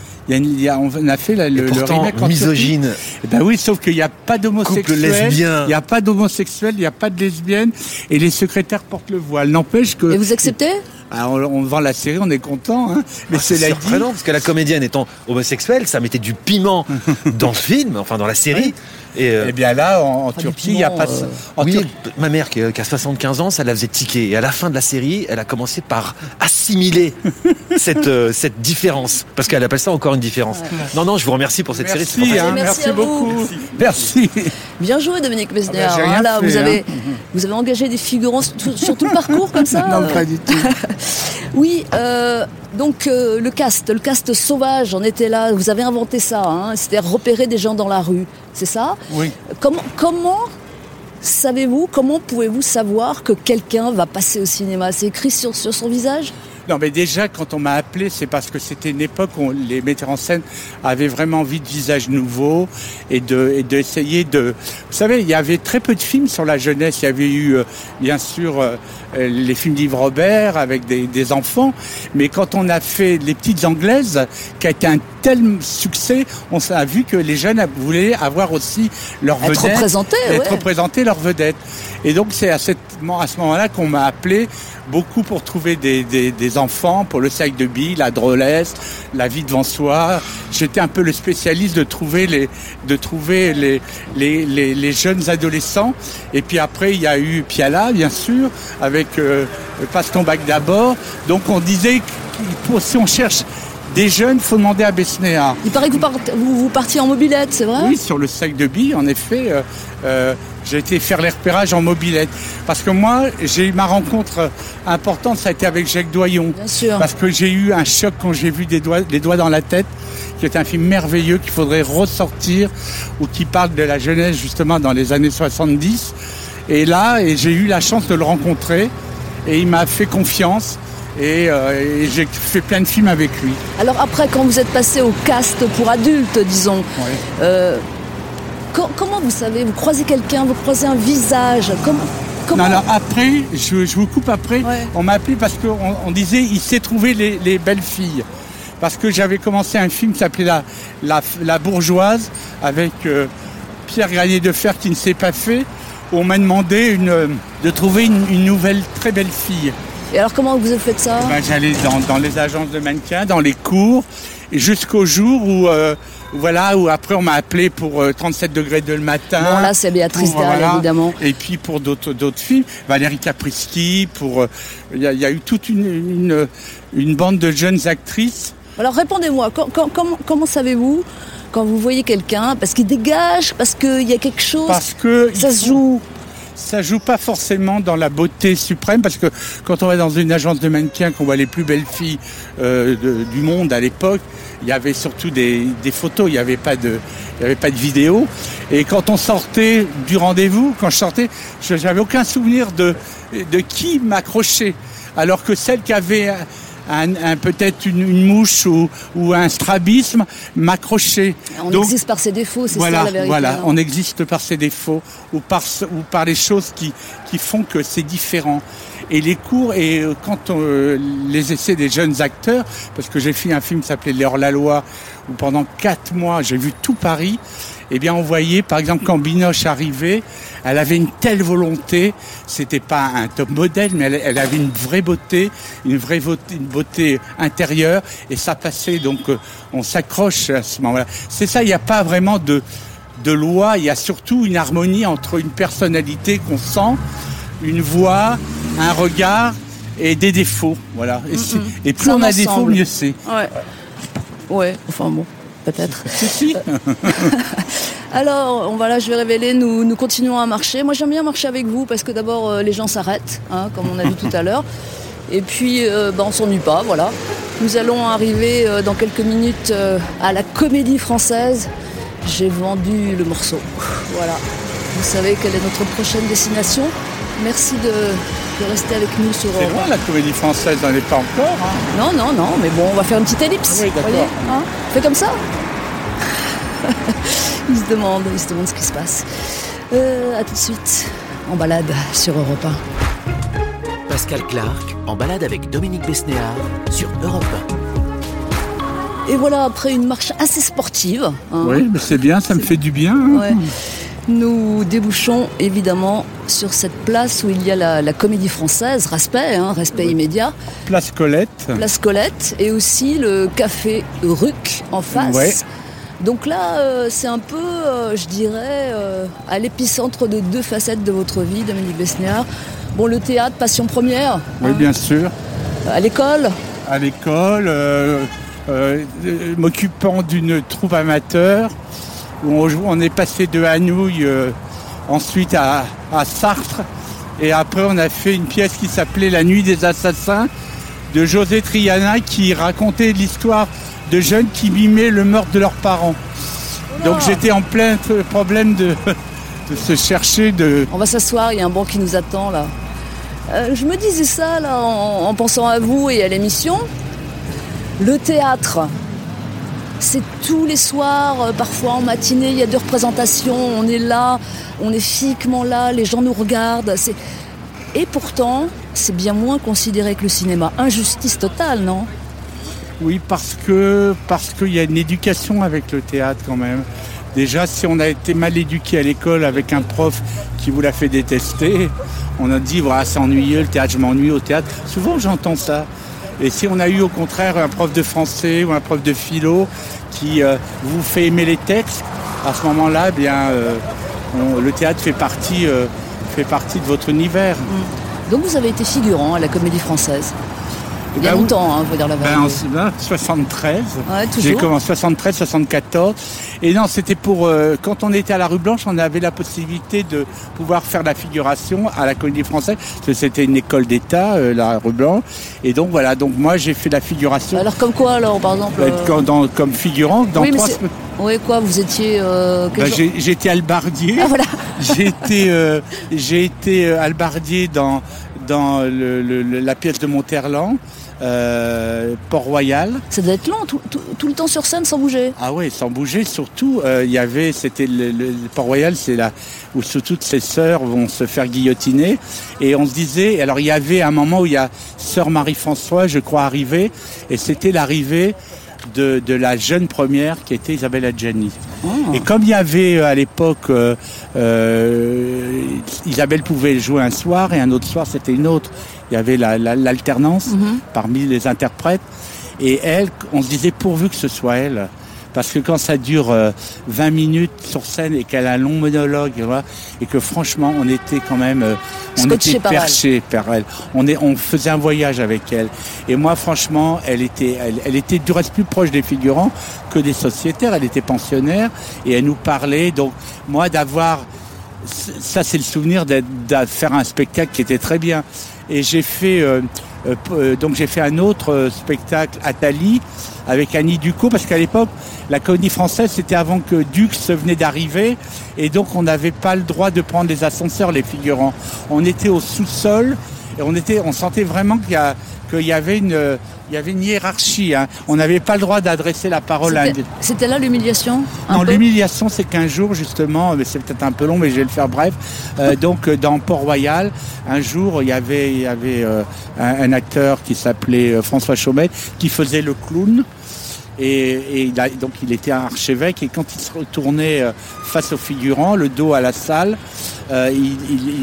On a fait le remake en misogyne. Ben oui, sauf qu'il n'y a pas d'homosexuels, il n'y a pas d'homosexuels, il n'y a pas de lesbiennes, et les secrétaires portent le voile. N'empêche que... Et vous acceptez? Alors, on vend la série, on est content, hein. Mais c'est surprenant, parce que la comédienne étant homosexuelle, ça mettait du piment dans le film, enfin dans la série. Et bien là, en Turquie, il n'y a pas... Ma mère qui a 75 ans, ça la faisait tiquer. Et à la fin de la série, elle a commencé par assimiler cette différence. Parce qu'elle appelle ça encore une différence. Ouais. Non, je vous remercie pour cette série. Merci beaucoup. Merci. Bien joué, Dominique Besnéard. Vous avez engagé des figurants sur tout le parcours comme ça? Non, pas du tout. Oui, donc le cast sauvage, on était là, vous avez inventé ça, hein, c'est-à-dire repérer des gens dans la rue, c'est ça? Oui. Comment savez-vous, comment pouvez-vous savoir que quelqu'un va passer au cinéma? C'est écrit sur son visage? Non, mais déjà, quand on m'a appelé, c'est parce que c'était une époque où les metteurs en scène avaient vraiment envie de visages nouveaux et d'essayer de... Vous savez, il y avait très peu de films sur la jeunesse. Il y avait eu, bien sûr, les films d'Yves Robert avec des enfants. Mais quand on a fait Les Petites Anglaises, qui a été un tel succès, on a vu que les jeunes voulaient avoir aussi leur vedette. Être représentés, leur vedette. Et donc c'est à ce moment-là qu'on m'a appelé beaucoup pour trouver des enfants, pour le cercle de billes, la drôlesse, la vie devant soi. J'étais un peu le spécialiste de trouver les jeunes adolescents. Et puis après, il y a eu Piala, bien sûr, avec Passe ton bac d'abord. Donc on disait que si on cherche des jeunes, il faut demander à Besnéard. Il paraît que vous partiez en mobilette, c'est vrai ? Oui, sur le sac de billes, en effet. J'ai été faire les repérages en mobilette. Parce que moi, j'ai eu ma rencontre importante, ça a été avec Jacques Doyon. Bien sûr. Parce que j'ai eu un choc quand j'ai vu Les doigts dans la tête, qui est un film merveilleux qu'il faudrait ressortir, ou qui parle de la jeunesse justement dans les années 70. Et j'ai eu la chance de le rencontrer, et il m'a fait confiance. Et j'ai fait plein de films avec lui. Alors après, quand vous êtes passé au cast pour adultes, disons, oui. Comment vous savez, vous croisez quelqu'un, vous croisez un visage, comment... Non, alors après, je vous coupe après, ouais. On m'a appelé parce qu'on disait il sait trouver les belles filles. Parce que j'avais commencé un film qui s'appelait La Bourgeoise, avec Pierre Granier de Fer qui ne s'est pas fait, où on m'a demandé de trouver une nouvelle très belle fille. Et alors comment vous avez fait ça ? J'allais dans les agences de mannequins, dans les cours, et jusqu'au jour où après on m'a appelé pour 37 degrés de le matin. Bon là c'est Béatrice Dalle, évidemment. Et puis pour d'autres films, Valérie Caprisky, il y a eu toute une bande de jeunes actrices. Alors répondez-moi, comment savez-vous quand vous voyez quelqu'un, parce qu'il dégage, parce qu'il y a quelque chose, parce que ça se joue. Ça joue pas forcément dans la beauté suprême, parce que quand on va dans une agence de mannequins, qu'on voit les plus belles filles du monde à l'époque, il y avait surtout des photos, il n'y avait pas de vidéo. Et quand on sortait du rendez-vous, quand je sortais, j'avais aucun souvenir de qui m'accrochait, alors que celle qui avait peut-être une mouche ou un strabisme m'accrochait. On existe par ses défauts, c'est ça la vérité. Voilà, on existe par ses défauts ou par les choses qui font que c'est différent. Et les cours, et quand les essais des jeunes acteurs, parce que j'ai fait un film qui s'appelait Les Hors-la-Loi, où pendant 4 mois j'ai vu tout Paris, eh bien on voyait, par exemple, quand Binoche arrivait, elle avait une telle volonté, c'était pas un top modèle, mais elle avait une vraie beauté, une beauté intérieure, et ça passait, donc on s'accroche à ce moment-là. C'est ça, il n'y a pas vraiment de loi, il y a surtout une harmonie entre une personnalité qu'on sent, une voix, un regard et des défauts, voilà. Et plus on a des défauts, mieux c'est. Ouais, enfin bon, peut-être. Si. Alors, je vais révéler, nous continuons à marcher. Moi, j'aime bien marcher avec vous parce que d'abord, les gens s'arrêtent, comme on a vu tout à l'heure. Et puis, on s'ennuie pas, voilà. Nous allons arriver dans quelques minutes à la Comédie Française. J'ai vendu le morceau. Voilà. Vous savez quelle est notre prochaine destination. Merci de rester avec nous sur C'est loin, la Comédie Française, on n'est pas encore. Non, mais bon, on va faire une petite ellipse. Oui, d'accord. Voyez, on fait comme ça. Il se demande ce qui se passe. À tout de suite, en balade sur Europe 1. Pascal Clark, en balade avec Dominique Besnéard sur Europe 1. Et voilà, après une marche assez sportive. Oui, mais c'est bien, ça me fait du bien. Ouais. Nous débouchons évidemment sur cette place où il y a la Comédie Française, respect immédiat. Place Colette. Place Colette, et aussi le café Ruc en face. Ouais. Donc là, c'est un peu, je dirais, à l'épicentre de 2 facettes de votre vie, Dominique Besnéard. Bon, le théâtre, passion première. Oui, bien sûr. À l'école. À l'école, m'occupant d'une troupe amateur, où on est passé de Hanouille, ensuite à Sartre, et après on a fait une pièce qui s'appelait La Nuit des Assassins, de José Triana, qui racontait l'histoire de jeunes qui mimaient le meurtre de leurs parents. Donc j'étais en plein problème de se chercher. On va s'asseoir, il y a un banc qui nous attend là. Je me disais ça là en pensant à vous et à l'émission. Le théâtre, c'est tous les soirs, parfois en matinée, il y a 2 représentations, on est là, on est physiquement là, les gens nous regardent. Et pourtant, c'est bien moins considéré que le cinéma. Injustice totale, non ? Oui, parce qu'il y a une éducation avec le théâtre quand même. Déjà, si on a été mal éduqué à l'école avec un prof qui vous l'a fait détester, on a dit voilà, c'est ennuyeux le théâtre, je m'ennuie au théâtre. Souvent j'entends ça. Et si on a eu au contraire un prof de français ou un prof de philo qui vous fait aimer les textes, à ce moment-là, eh bien, le théâtre fait partie de votre univers. Donc vous avez été figurant à la Comédie Française. Il y a longtemps, il faut dire la vérité. En 73. Ouais, J'ai commencé en 73, 74. Et non, c'était pour... quand on était à la Rue Blanche, on avait la possibilité de pouvoir faire la figuration à la Comédie Française. Parce que c'était une école d'État, la Rue Blanche. Et donc voilà, donc moi j'ai fait la figuration. Alors comme quoi alors, par exemple comme figurant, dans oui, 3 semaines. Oui, quoi, vous étiez... J'étais albardier. Ah voilà. J'ai été albardier dans la pièce de Monterland. Port-Royal. Ça doit être long, tout le temps sur scène sans bouger. Ah oui, sans bouger. Surtout, c'était le Port-Royal, c'est là où toutes ces sœurs vont se faire guillotiner. Et on se disait, alors il y avait un moment où il y a sœur Marie-François, je crois, arrivée, et c'était l'arrivée de la jeune première qui était Isabelle Adjani. Oh. Et comme il y avait à l'époque, Isabelle pouvait jouer un soir et un autre soir c'était une autre. Il y avait l'alternance parmi les interprètes. Et elle, on se disait pourvu que ce soit elle. Parce que quand ça dure 20 minutes sur scène et qu'elle a un long monologue, et que franchement, on était quand même on était perchés par elle. On faisait un voyage avec elle. Et moi, franchement, elle était du reste plus proche des figurants que des sociétaires. Elle était pensionnaire et elle nous parlait. Donc, moi, ça, c'est le souvenir de faire un spectacle qui était très bien. Et j'ai fait un autre spectacle à Thaly avec Annie Ducot, parce qu'à l'époque, la Comédie Française, c'était avant que Dux venait d'arriver, et donc on n'avait pas le droit de prendre les ascenseurs, les figurants. On était au sous-sol, et on sentait vraiment qu'il y avait une hiérarchie. Hein. On n'avait pas le droit d'adresser la parole à... C'était là l'humiliation ? Non, l'humiliation, c'est qu'un jour, justement, mais c'est peut-être un peu long, mais je vais le faire bref. Donc, dans Port-Royal, un jour, il y avait un acteur qui s'appelait François Chaumette, qui faisait le clown. Et donc, il était un archevêque. Et quand il se retournait face aux figurants, le dos à la salle, il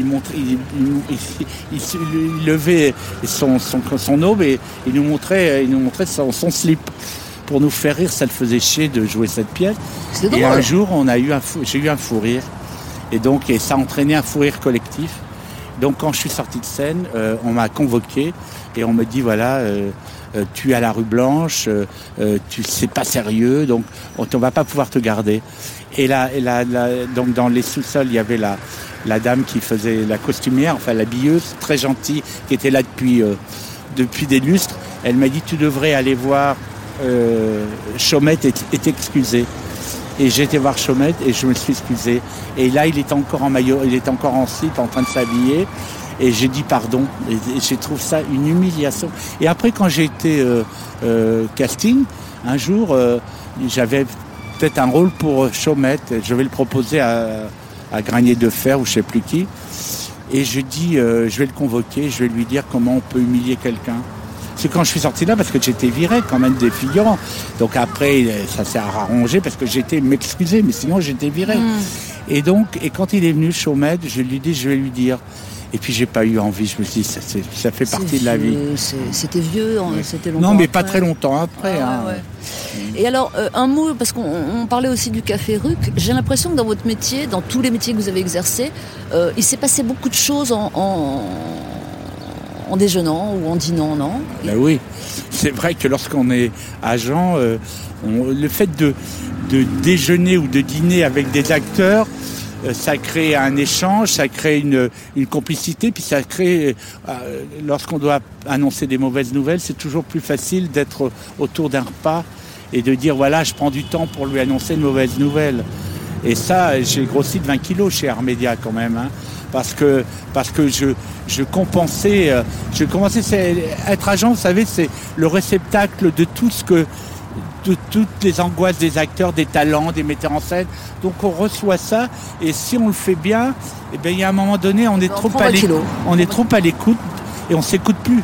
levait son aube et il nous montrait son slip. Pour nous faire rire, ça le faisait chier de jouer cette pièce. C'est drôle. Et un jour, j'ai eu un fou rire. Et ça a entraîné un fou rire collectif. Donc quand je suis sorti de scène, on m'a convoqué et on me dit voilà, tu es à la Rue Blanche, c'est pas sérieux, donc on va pas pouvoir te garder. Et là, donc dans les sous-sols, il y avait la dame qui faisait la costumière, enfin l'habilleuse, très gentille, qui était là depuis des lustres. Elle m'a dit tu devrais aller voir Chaumette et t'excuser. Et j'ai été voir Chaumette et je me suis excusé. Et là, il était encore en maillot, il était encore en slip, en train de s'habiller. Et j'ai dit pardon. Et je trouve ça une humiliation. Et après, quand j'ai été casting, un jour, j'avais peut-être un rôle pour Chaumette. Je vais le proposer à Granier de Fer ou je ne sais plus qui. Et je dis, je vais le convoquer, je vais lui dire comment on peut humilier quelqu'un. C'est quand je suis sorti là, parce que j'étais viré quand même des figurants. Donc après, ça s'est arrangé parce que j'étais m'excuser, mais sinon j'étais viré. Et quand il est venu, Chaumette, je lui dis, je vais lui dire. Et puis j'ai pas eu envie, je me suis dit, ça fait partie de la vie. C'était vieux, c'était longtemps. Non, mais après. pas très longtemps après. Et alors, un mot, parce qu'on parlait aussi du Café Ruc, j'ai l'impression que dans votre métier, dans tous les métiers que vous avez exercés, il s'est passé beaucoup de choses en déjeunant ou en dînant, non ? Ben oui, c'est vrai que lorsqu'on est agent, le fait de déjeuner ou de dîner avec des acteurs, ça crée un échange, ça crée une complicité, puis ça crée, lorsqu'on doit annoncer des mauvaises nouvelles, c'est toujours plus facile d'être autour d'un repas et de dire voilà, je prends du temps pour lui annoncer une mauvaise nouvelle. Et ça, j'ai grossi de 20 kilos chez Armédia quand même, hein, parce que je compensais, être agent, vous savez, c'est le réceptacle de toutes les angoisses des acteurs, des talents, des metteurs en scène. Donc on reçoit ça, et si on le fait bien, eh bien il y a un moment donné, on est trop à l'écoute et on s'écoute plus.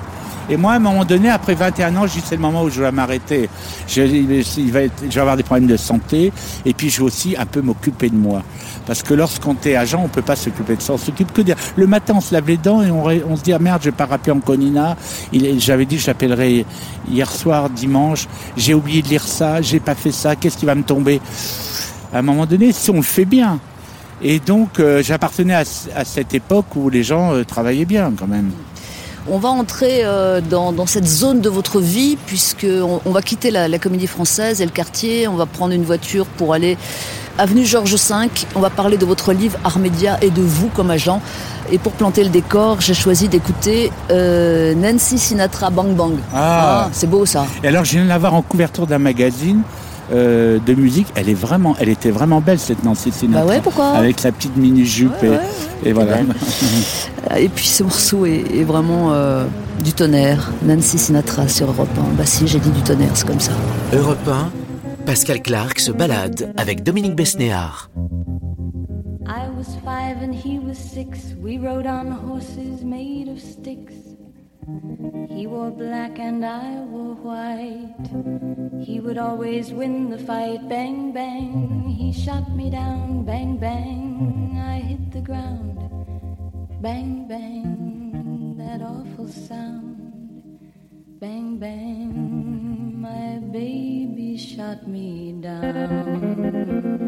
Et moi, à un moment donné, après 21 ans, je dis c'est le moment où je dois m'arrêter. Je vais avoir des problèmes de santé et puis je vais aussi un peu m'occuper de moi. Parce que lorsqu'on est agent, on peut pas s'occuper de ça. On s'occupe que de... Le matin, on se lave les dents et on se dit ah merde, je vais pas rappeler Anconina. J'avais dit je l'appellerai hier soir, dimanche. J'ai oublié de lire ça, j'ai pas fait ça. Qu'est-ce qui va me tomber? À un moment donné, si on le fait bien. Et donc, j'appartenais à cette époque où les gens travaillaient bien quand même. On va entrer dans cette zone de votre vie, puisqu'on va quitter la Comédie Française et le quartier. On va prendre une voiture pour aller avenue Georges V. On va parler de votre livre Art Média et de vous comme agent. Et pour planter le décor, j'ai choisi d'écouter Nancy Sinatra Bang Bang. Ah, c'est beau ça. Et alors, je viens de la voir en couverture d'un magazine de musique. Elle était vraiment belle cette Nancy Sinatra. Bah ouais, pourquoi ? Avec sa petite mini-jupe et voilà. Et puis ce morceau est vraiment du tonnerre. Nancy Sinatra sur Europe 1. Bah si, j'ai dit du tonnerre, c'est comme ça. Europe 1, Pascal Clark se balade avec Dominique Besnéard. I was 5 and he was 6. We rode on horses made of sticks. He wore black and I wore white. He would always win the fight. Bang, bang, he shot me down. Bang, bang, I hit the ground. Bang, bang, that awful sound. Bang, bang, my baby shot me down.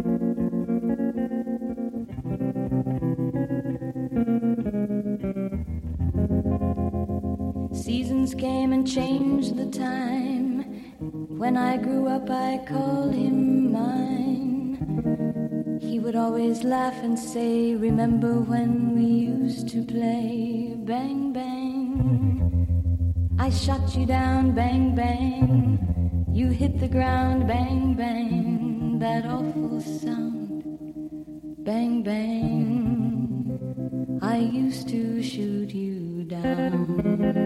Seasons came and changed the time. When I grew up I called him mine. He would always laugh and say, remember when we used to play? Bang, bang, I shot you down. Bang, bang, you hit the ground. Bang, bang, that awful sound. Bang, bang, I used to shoot you down.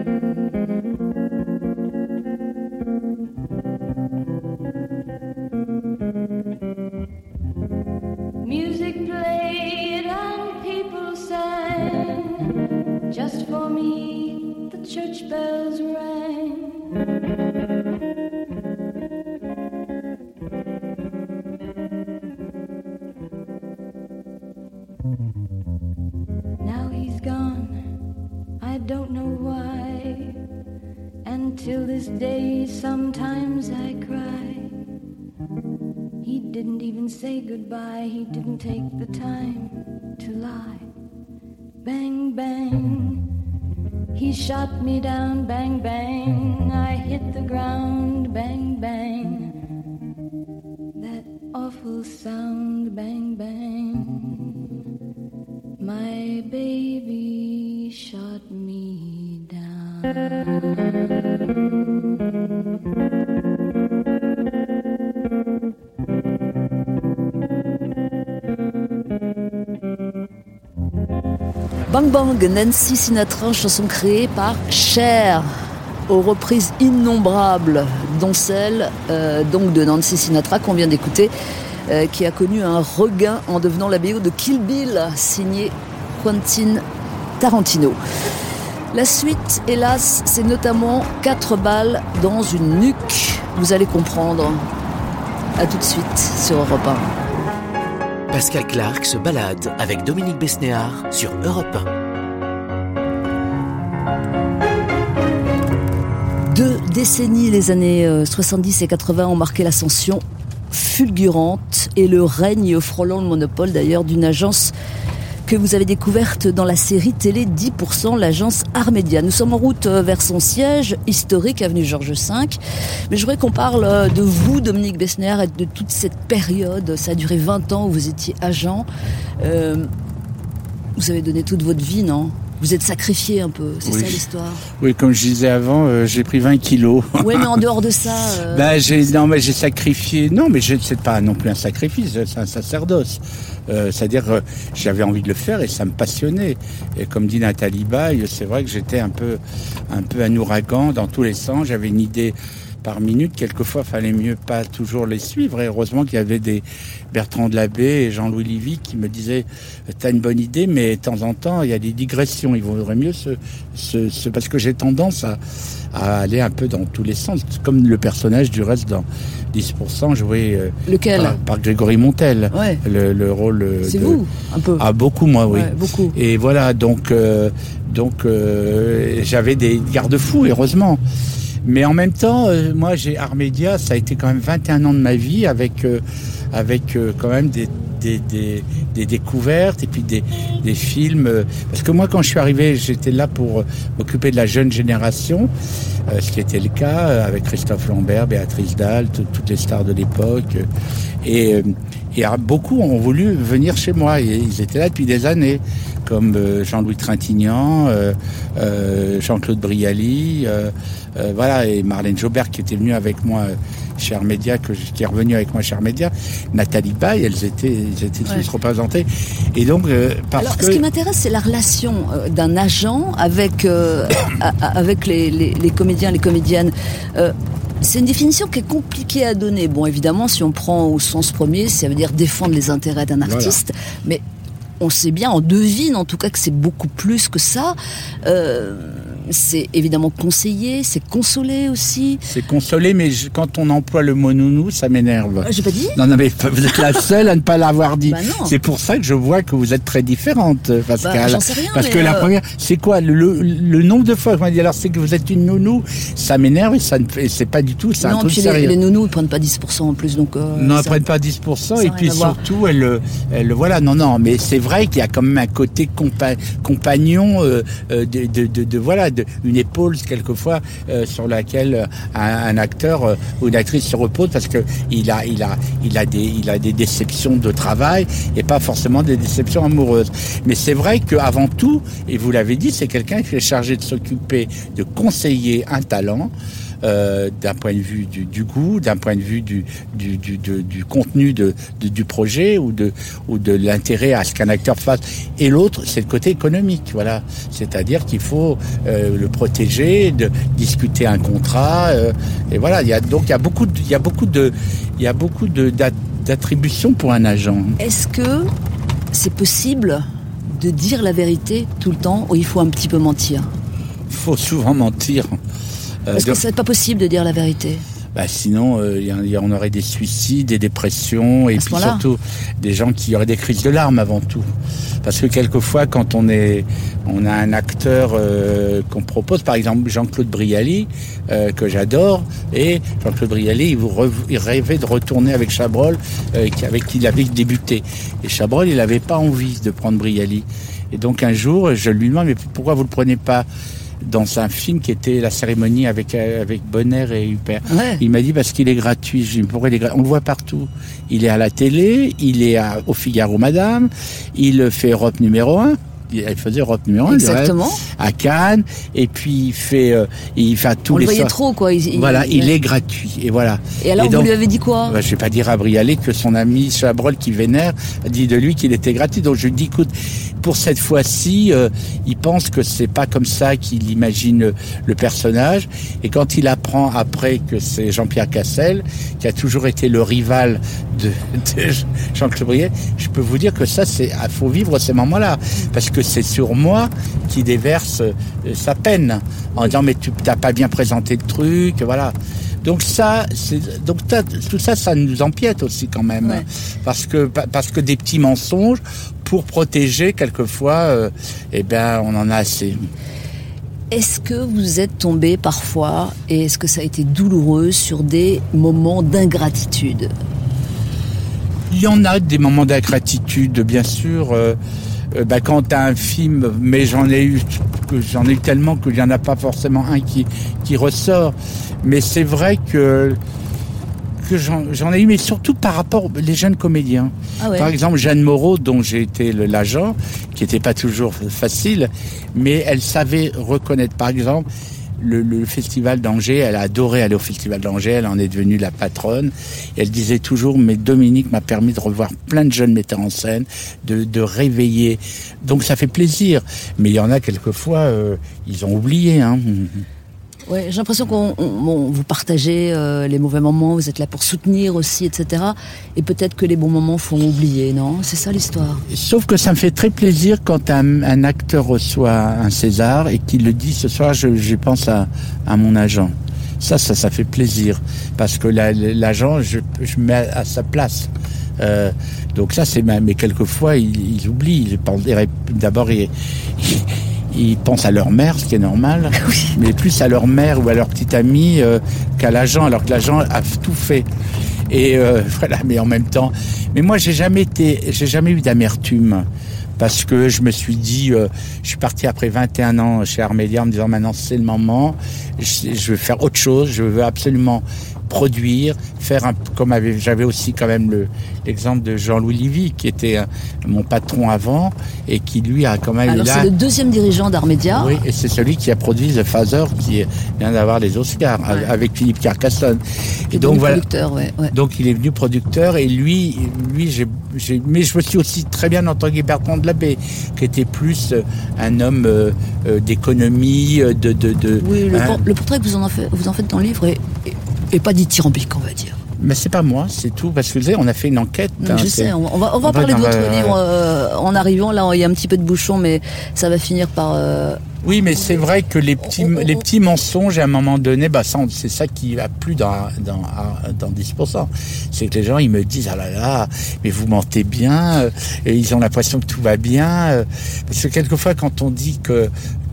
Music played and people sang. Just for me the church bells rang. Now he's gone, I don't know why. And till this day sometimes I cry. He didn't even say goodbye. He didn't take the time to lie. Bang, bang, he shot me down. Bang, bang, I hit the ground. Bang, bang, that awful sound. Bang, bang, my baby shot me down. Bang Bang, Nancy Sinatra, chanson créée par Cher, aux reprises innombrables, dont celle donc de Nancy Sinatra qu'on vient d'écouter, qui a connu un regain en devenant la BO de Kill Bill, signée Quentin Tarantino. La suite, hélas, c'est notamment 4 balles dans une nuque. Vous allez comprendre. À tout de suite sur Europe 1. Pascal Clark se balade avec Dominique Besnéard sur Europe 1. 2 décennies, les années 70 et 80, ont marqué l'ascension fulgurante et le règne frôlant le monopole d'ailleurs d'une agence que vous avez découverte dans la série télé 10%, l'agence Art Média. Nous sommes en route vers son siège historique, avenue Georges V. Mais je voudrais qu'on parle de vous, Dominique Besnéard, et de toute cette période. Ça a duré 20 ans où vous étiez agent. Vous avez donné toute votre vie, non ? Vous êtes sacrifié un peu, c'est ça l'histoire ? Oui, comme je disais avant, j'ai pris 20 kilos. Oui, mais en dehors de ça... j'ai sacrifié... Non, mais c'est pas non plus un sacrifice, c'est un sacerdoce. C'est-à-dire, j'avais envie de le faire et ça me passionnait. Et comme dit Nathalie Baye, c'est vrai que j'étais un peu un ouragan dans tous les sens. J'avais une idée par minute. Quelquefois, fallait mieux pas toujours les suivre. Et heureusement qu'il y avait des Bertrand de Labbé et Jean-Louis Livy qui me disaient t'as une bonne idée, mais de temps en temps, il y a des digressions. Il vaudrait mieux parce que j'ai tendance à aller un peu dans tous les sens. Comme le personnage du reste dans 10% joué par Grégory Montel. Ouais. Le rôle. C'est vous, un peu. Ah, beaucoup, moi, oui. Ouais, beaucoup. Et voilà, donc j'avais des garde-fous, heureusement. Mais en même temps, moi, j'ai Art Média, ça a été quand même 21 ans de ma vie avec quand même des découvertes et puis des films. Parce que moi, quand je suis arrivé, j'étais là pour m'occuper de la jeune génération, ce qui était le cas avec Christophe Lambert, Béatrice Dalle, toutes les stars de l'époque. Et beaucoup ont voulu venir chez moi. Et ils étaient là depuis des années, comme Jean-Louis Trintignant, Jean-Claude Brialy, voilà, et Marlène Jobert qui était venue avec moi chez Art Média, qui est revenue avec moi chez Art Média, Nathalie Baye, ils étaient tous représentés. Et donc, ce qui m'intéresse, c'est la relation d'un agent avec les comédiens, les comédiennes. C'est une définition qui est compliquée à donner. Bon, évidemment, si on prend au sens premier, ça veut dire défendre les intérêts d'un artiste, mais on sait bien, on devine en tout cas que c'est beaucoup plus que ça. C'est évidemment conseiller, c'est consoler aussi. C'est consoler, mais quand on emploie le mot nounou, ça m'énerve. J'ai pas dit. Non, mais vous êtes la seule à ne pas l'avoir dit. Bah non. C'est pour ça que je vois que vous êtes très différente, Pascal. J'en sais rien, parce que la première, c'est quoi le nombre de fois que je m'ai dit alors c'est que vous êtes une nounou, ça m'énerve et c'est pas du tout, c'est un truc sérieux. Les nounous ils prennent pas 10% en plus, donc. Non, elles prennent pas 10% et puis surtout elles voilà, non, mais c'est vrai qu'il y a quand même un côté compagnon voilà. Une épaule quelquefois sur laquelle un acteur ou une actrice se repose parce que il a des déceptions de travail et pas forcément des déceptions amoureuses. Mais c'est vrai qu'avant tout, et vous l'avez dit, c'est quelqu'un qui est chargé de s'occuper de conseiller un talent. D'un point de vue du goût, d'un point de vue du contenu du projet ou de l'intérêt à ce qu'un acteur fasse. Et l'autre, c'est le côté économique, voilà. C'est-à-dire qu'il faut le protéger, de discuter un contrat, et voilà. Il y a beaucoup d'attributions pour un agent. Est-ce que c'est possible de dire la vérité tout le temps ou il faut un petit peu mentir? Il faut souvent mentir. Est-ce que c'est pas possible de dire la vérité? Sinon, on aurait des suicides, des dépressions, et puis surtout des gens qui auraient des crises de larmes avant tout. Parce que quelquefois, quand on a un acteur qu'on propose, par exemple Jean-Claude Brialy, que j'adore, et Jean-Claude Brialy, il rêvait de retourner avec Chabrol, avec qui il avait débuté. Et Chabrol, il n'avait pas envie de prendre Brialy. Et donc un jour, je lui demande, mais pourquoi vous le prenez pas dans un film qui était La Cérémonie avec Bonner et Huppert. Ouais. Il m'a dit parce qu'il est gratuit. Je lui ai dit pourquoi il est gratuit? On le voit partout. Il est à la télé, il est au Figaro Madame, il fait Europe numéro 1. Il faisait Europe numéro 1. Exactement. À Cannes. Et puis il fait tous on les. On le voyait trop, quoi. Il est gratuit. Et voilà. Et alors, vous lui avez dit quoi? Je vais pas dire à Brialy que son ami Chabrol, qui vénère, a dit de lui qu'il était gratuit. Donc je lui dis, écoute, pour cette fois-ci, il pense que c'est pas comme ça qu'il imagine le personnage. Et quand il apprend après que c'est Jean-Pierre Cassel, qui a toujours été le rival de Jean-Claude Brialy, je peux vous dire que ça, faut vivre ces moments-là. Parce que c'est sur moi qui déverse sa peine en disant mais tu n'as pas bien présenté le truc, voilà. Donc tout ça, ça nous empiète aussi quand même, ouais. parce que des petits mensonges pour protéger quelquefois, on en a assez. Est-ce que vous êtes tombé parfois, et est-ce que ça a été douloureux, sur des moments d'ingratitude? Il y en a des moments d'ingratitude, bien sûr. Quand t'as un film, mais j'en ai eu tellement qu'il n'y en a pas forcément un qui ressort. Mais c'est vrai que j'en ai eu, mais surtout par rapport aux jeunes comédiens. Ah ouais. Par exemple, Jeanne Moreau, dont j'ai été l'agent, qui n'était pas toujours facile, mais elle savait reconnaître, par exemple, le Festival d'Angers. Elle a adoré aller au Festival d'Angers, elle en est devenue la patronne. Et elle disait toujours, mais Dominique m'a permis de revoir plein de jeunes metteurs en scène, de réveiller. Donc ça fait plaisir. Mais il y en a quelquefois, ils ont oublié. Hein. Ouais, j'ai l'impression vous partagez les mauvais moments, vous êtes là pour soutenir aussi, etc. Et peut-être que les bons moments font oublier, non ? C'est ça l'histoire. Sauf que ça me fait très plaisir quand un acteur reçoit un César et qu'il le dit ce soir, je pense à mon agent. Ça fait plaisir parce que l'agent, je me mets à sa place. Donc ça, mais quelquefois il oublie. D'abord, ils pensent à leur mère, ce qui est normal, oui. Mais plus à leur mère ou à leur petite amie qu'à l'agent, alors que l'agent a tout fait. Et voilà, mais en même temps, mais moi j'ai jamais eu d'amertume. Parce que je me suis dit, je suis parti après 21 ans chez Armédia en me disant maintenant c'est le moment, je veux faire autre chose, je veux absolument produire, j'avais aussi quand même l'exemple de Jean-Louis Livy qui était mon patron avant et qui lui a quand même... Alors c'est le deuxième dirigeant d'Armédia. Oui, et c'est celui qui a produit The Father qui vient d'avoir les Oscars avec Philippe Carcassonne. Et donc voilà. Producteur, ouais. Donc il est venu producteur et lui mais je me suis aussi très bien entendu Bertrand de Labbé qui était plus un homme d'économie, Oui, le portrait que vous en faites dans le livre est pas dithyrambique, on va dire. Mais c'est pas moi, c'est tout, parce que vous savez, on a fait une enquête. Je sais, on va parler de votre livre en arrivant. Là, il y a un petit peu de bouchon, mais ça va finir par. Oui, mais c'est vrai que les petits mensonges, à un moment donné, c'est ça qui va plus dans 10%. C'est que les gens, ils me disent, ah là là, mais vous mentez bien, et ils ont l'impression que tout va bien. Parce que quelquefois, quand on dit que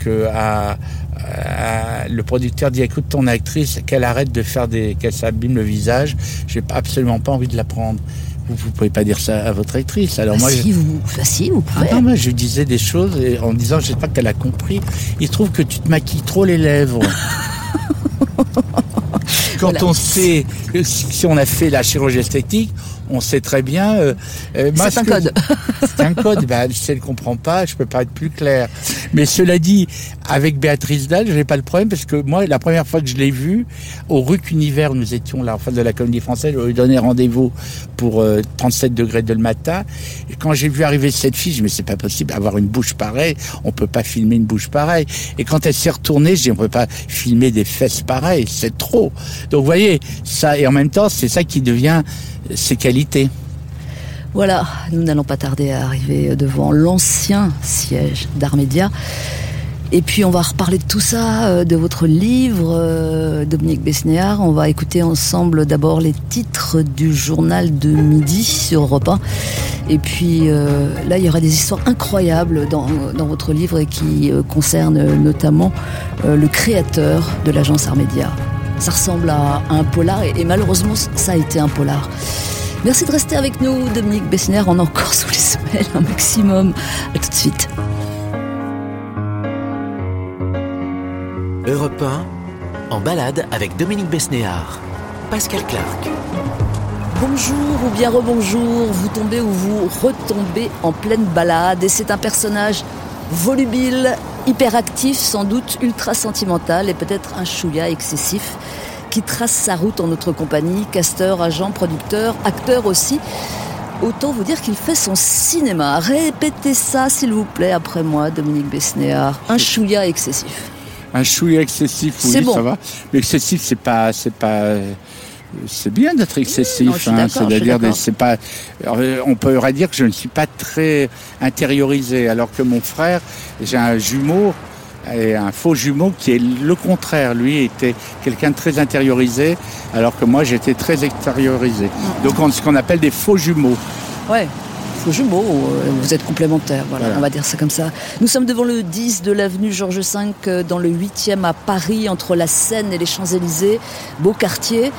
le producteur dit écoute ton actrice qu'elle arrête de faire qu'elle s'abîme le visage, j'ai absolument pas envie de la prendre. Vous pouvez pas dire ça à votre actrice. Alors moi, vous pouvez. Moi je disais des choses en me disant j'espère qu'elle a compris. Il se trouve que tu te maquilles trop les lèvres. Quand voilà. On sait si on a fait la chirurgie esthétique, on sait très bien. C'est un code. C'est un code. Si elle ne comprend pas, je ne peux pas être plus clair. Mais cela dit, avec Béatrice Dalle, je n'ai pas le problème parce que moi, la première fois que je l'ai vue, au RUC Univers, nous étions là en face de la Comédie Française, je lui ai donné rendez-vous pour 37 degrés de le matin. Et quand j'ai vu arriver cette fille, je me suis dit, mais c'est pas possible, avoir une bouche pareille, on ne peut pas filmer une bouche pareille. Et quand elle s'est retournée, je dis, on ne peut pas filmer des fesses pareilles, c'est trop. Donc vous voyez, ça, et en même temps, c'est ça qui devient ses qualités. Voilà, nous n'allons pas tarder à arriver devant l'ancien siège d'Armédia. Et puis on va reparler de tout ça, de votre livre, Dominique Besnéard. On va écouter ensemble d'abord les titres du journal de midi sur Europe 1. Et puis là, il y aura des histoires incroyables dans votre livre et qui concernent notamment le créateur de l'agence Armédia. Ça ressemble à un polar et malheureusement, ça a été un polar. Merci de rester avec nous, Dominique Besnéard. On est encore sous les semelles, un maximum. À tout de suite. Europe 1, en balade avec Dominique Besnéard. Pascal Clark. Bonjour ou bien rebonjour, vous tombez ou vous retombez en pleine balade. Et c'est un personnage volubile, hyperactif, sans doute ultra sentimental et peut-être un chouïa excessif, qui trace sa route en notre compagnie, casteur, agent, producteur, acteur aussi. Autant vous dire qu'il fait son cinéma. Répétez ça, s'il vous plaît, après moi, Dominique Besnéard. Un chouïa excessif. Un chouïa excessif, oui, c'est bon. Ça va. Mais excessif, c'est pas. C'est bien d'être excessif. Non, c'est-à-dire, c'est pas. On pourrait dire que je ne suis pas très intériorisé, alors que mon frère, j'ai un jumeau. Et un faux jumeau qui est le contraire. Lui était quelqu'un de très intériorisé, alors que moi j'étais très extériorisé. Donc ce qu'on appelle des faux jumeaux. Ouais, faux jumeaux, vous êtes complémentaires, voilà, on va dire ça comme ça. Nous sommes devant le 10 de l'avenue Georges V, dans le 8e à Paris, entre la Seine et les Champs-Élysées. Beau quartier.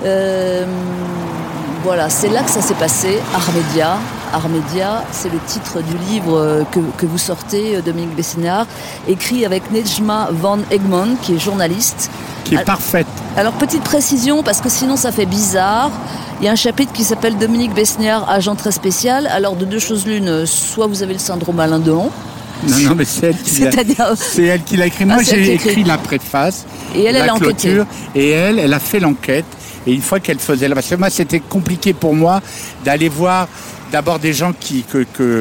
Voilà, c'est là que ça s'est passé, Armédia. Armédia, c'est le titre du livre que vous sortez, Dominique Besnéard, écrit avec Nejma Van Egmond, qui est journaliste. Qui est parfaite. Alors, petite précision, parce que sinon ça fait bizarre. Il y a un chapitre qui s'appelle Dominique Besnéard, agent très spécial. Alors, de deux choses l'une, soit vous avez le syndrome Alain Delon. Non, mais c'est elle qui l'a écrit. Moi, j'ai écrit la préface, et elle la a clôture, enquêté. Et elle a fait l'enquête. Et une fois qu'elle faisait... Parce que moi, c'était compliqué pour moi d'aller voir d'abord des gens que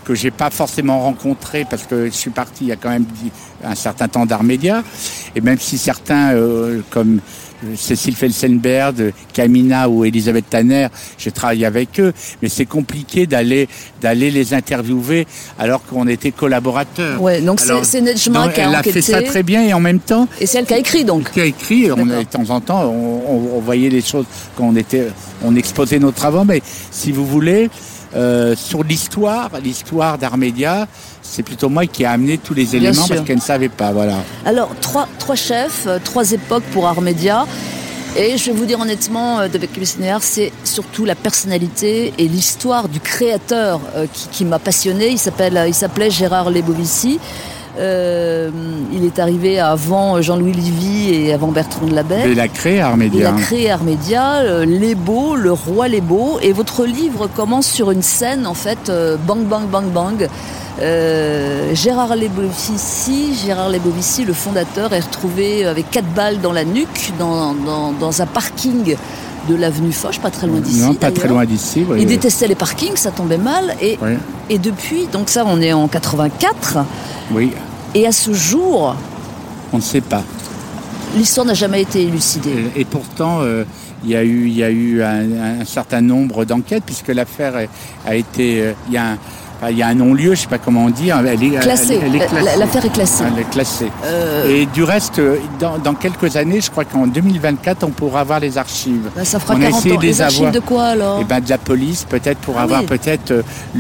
que j'ai pas forcément rencontré parce que je suis parti il y a quand même un certain temps d'Art Média. Et même si certains, comme Cécile Felsenberg, Camina ou Elisabeth Tanner, j'ai travaillé avec eux, mais c'est compliqué d'aller les interviewer alors qu'on était collaborateurs. Ouais, donc c'est Nedjma qui a enquêté. Elle a fait ça très bien et en même temps. Et c'est elle qui a écrit donc. Qui a écrit. De temps en temps, on voyait les choses quand on exposait nos travaux, mais si vous voulez. Sur l'histoire d'Art Média, c'est plutôt moi qui ai amené tous les éléments parce qu'elle ne savait pas. Voilà. Alors, trois chefs, 3 époques pour Art Média. Et je vais vous dire honnêtement, Dominique Besnéard, c'est surtout la personnalité et l'histoire du créateur qui m'a passionné. Il s'appelait Gérard Lebovici. Il est arrivé avant Jean-Louis Livy et avant Bertrand de Labbé. Il a créé Art Média. Lebo, le roi Lebo. Et votre livre commence sur une scène, en fait, bang, bang, bang, bang. Gérard Lebovici, le fondateur, est retrouvé avec 4 balles dans la nuque dans un parking de l'avenue Foch, pas très loin d'ici. Non, pas très loin d'ici. Oui, il détestait les parkings, ça tombait mal. Et depuis, donc ça, on est en 84. Oui. Et à ce jour, on ne sait pas. L'histoire n'a jamais été élucidée. Et pourtant, il y a eu un certain nombre d'enquêtes puisque l'affaire a été. Il y a un non-lieu, je ne sais pas comment on dit. Elle est classée. L'affaire est classée. Elle est classée. Et du reste, dans quelques années, je crois qu'en 2024, on pourra avoir les archives. Ça fera 40 ans. Les archives de quoi alors ? De la police, peut-être, pour avoir peut-être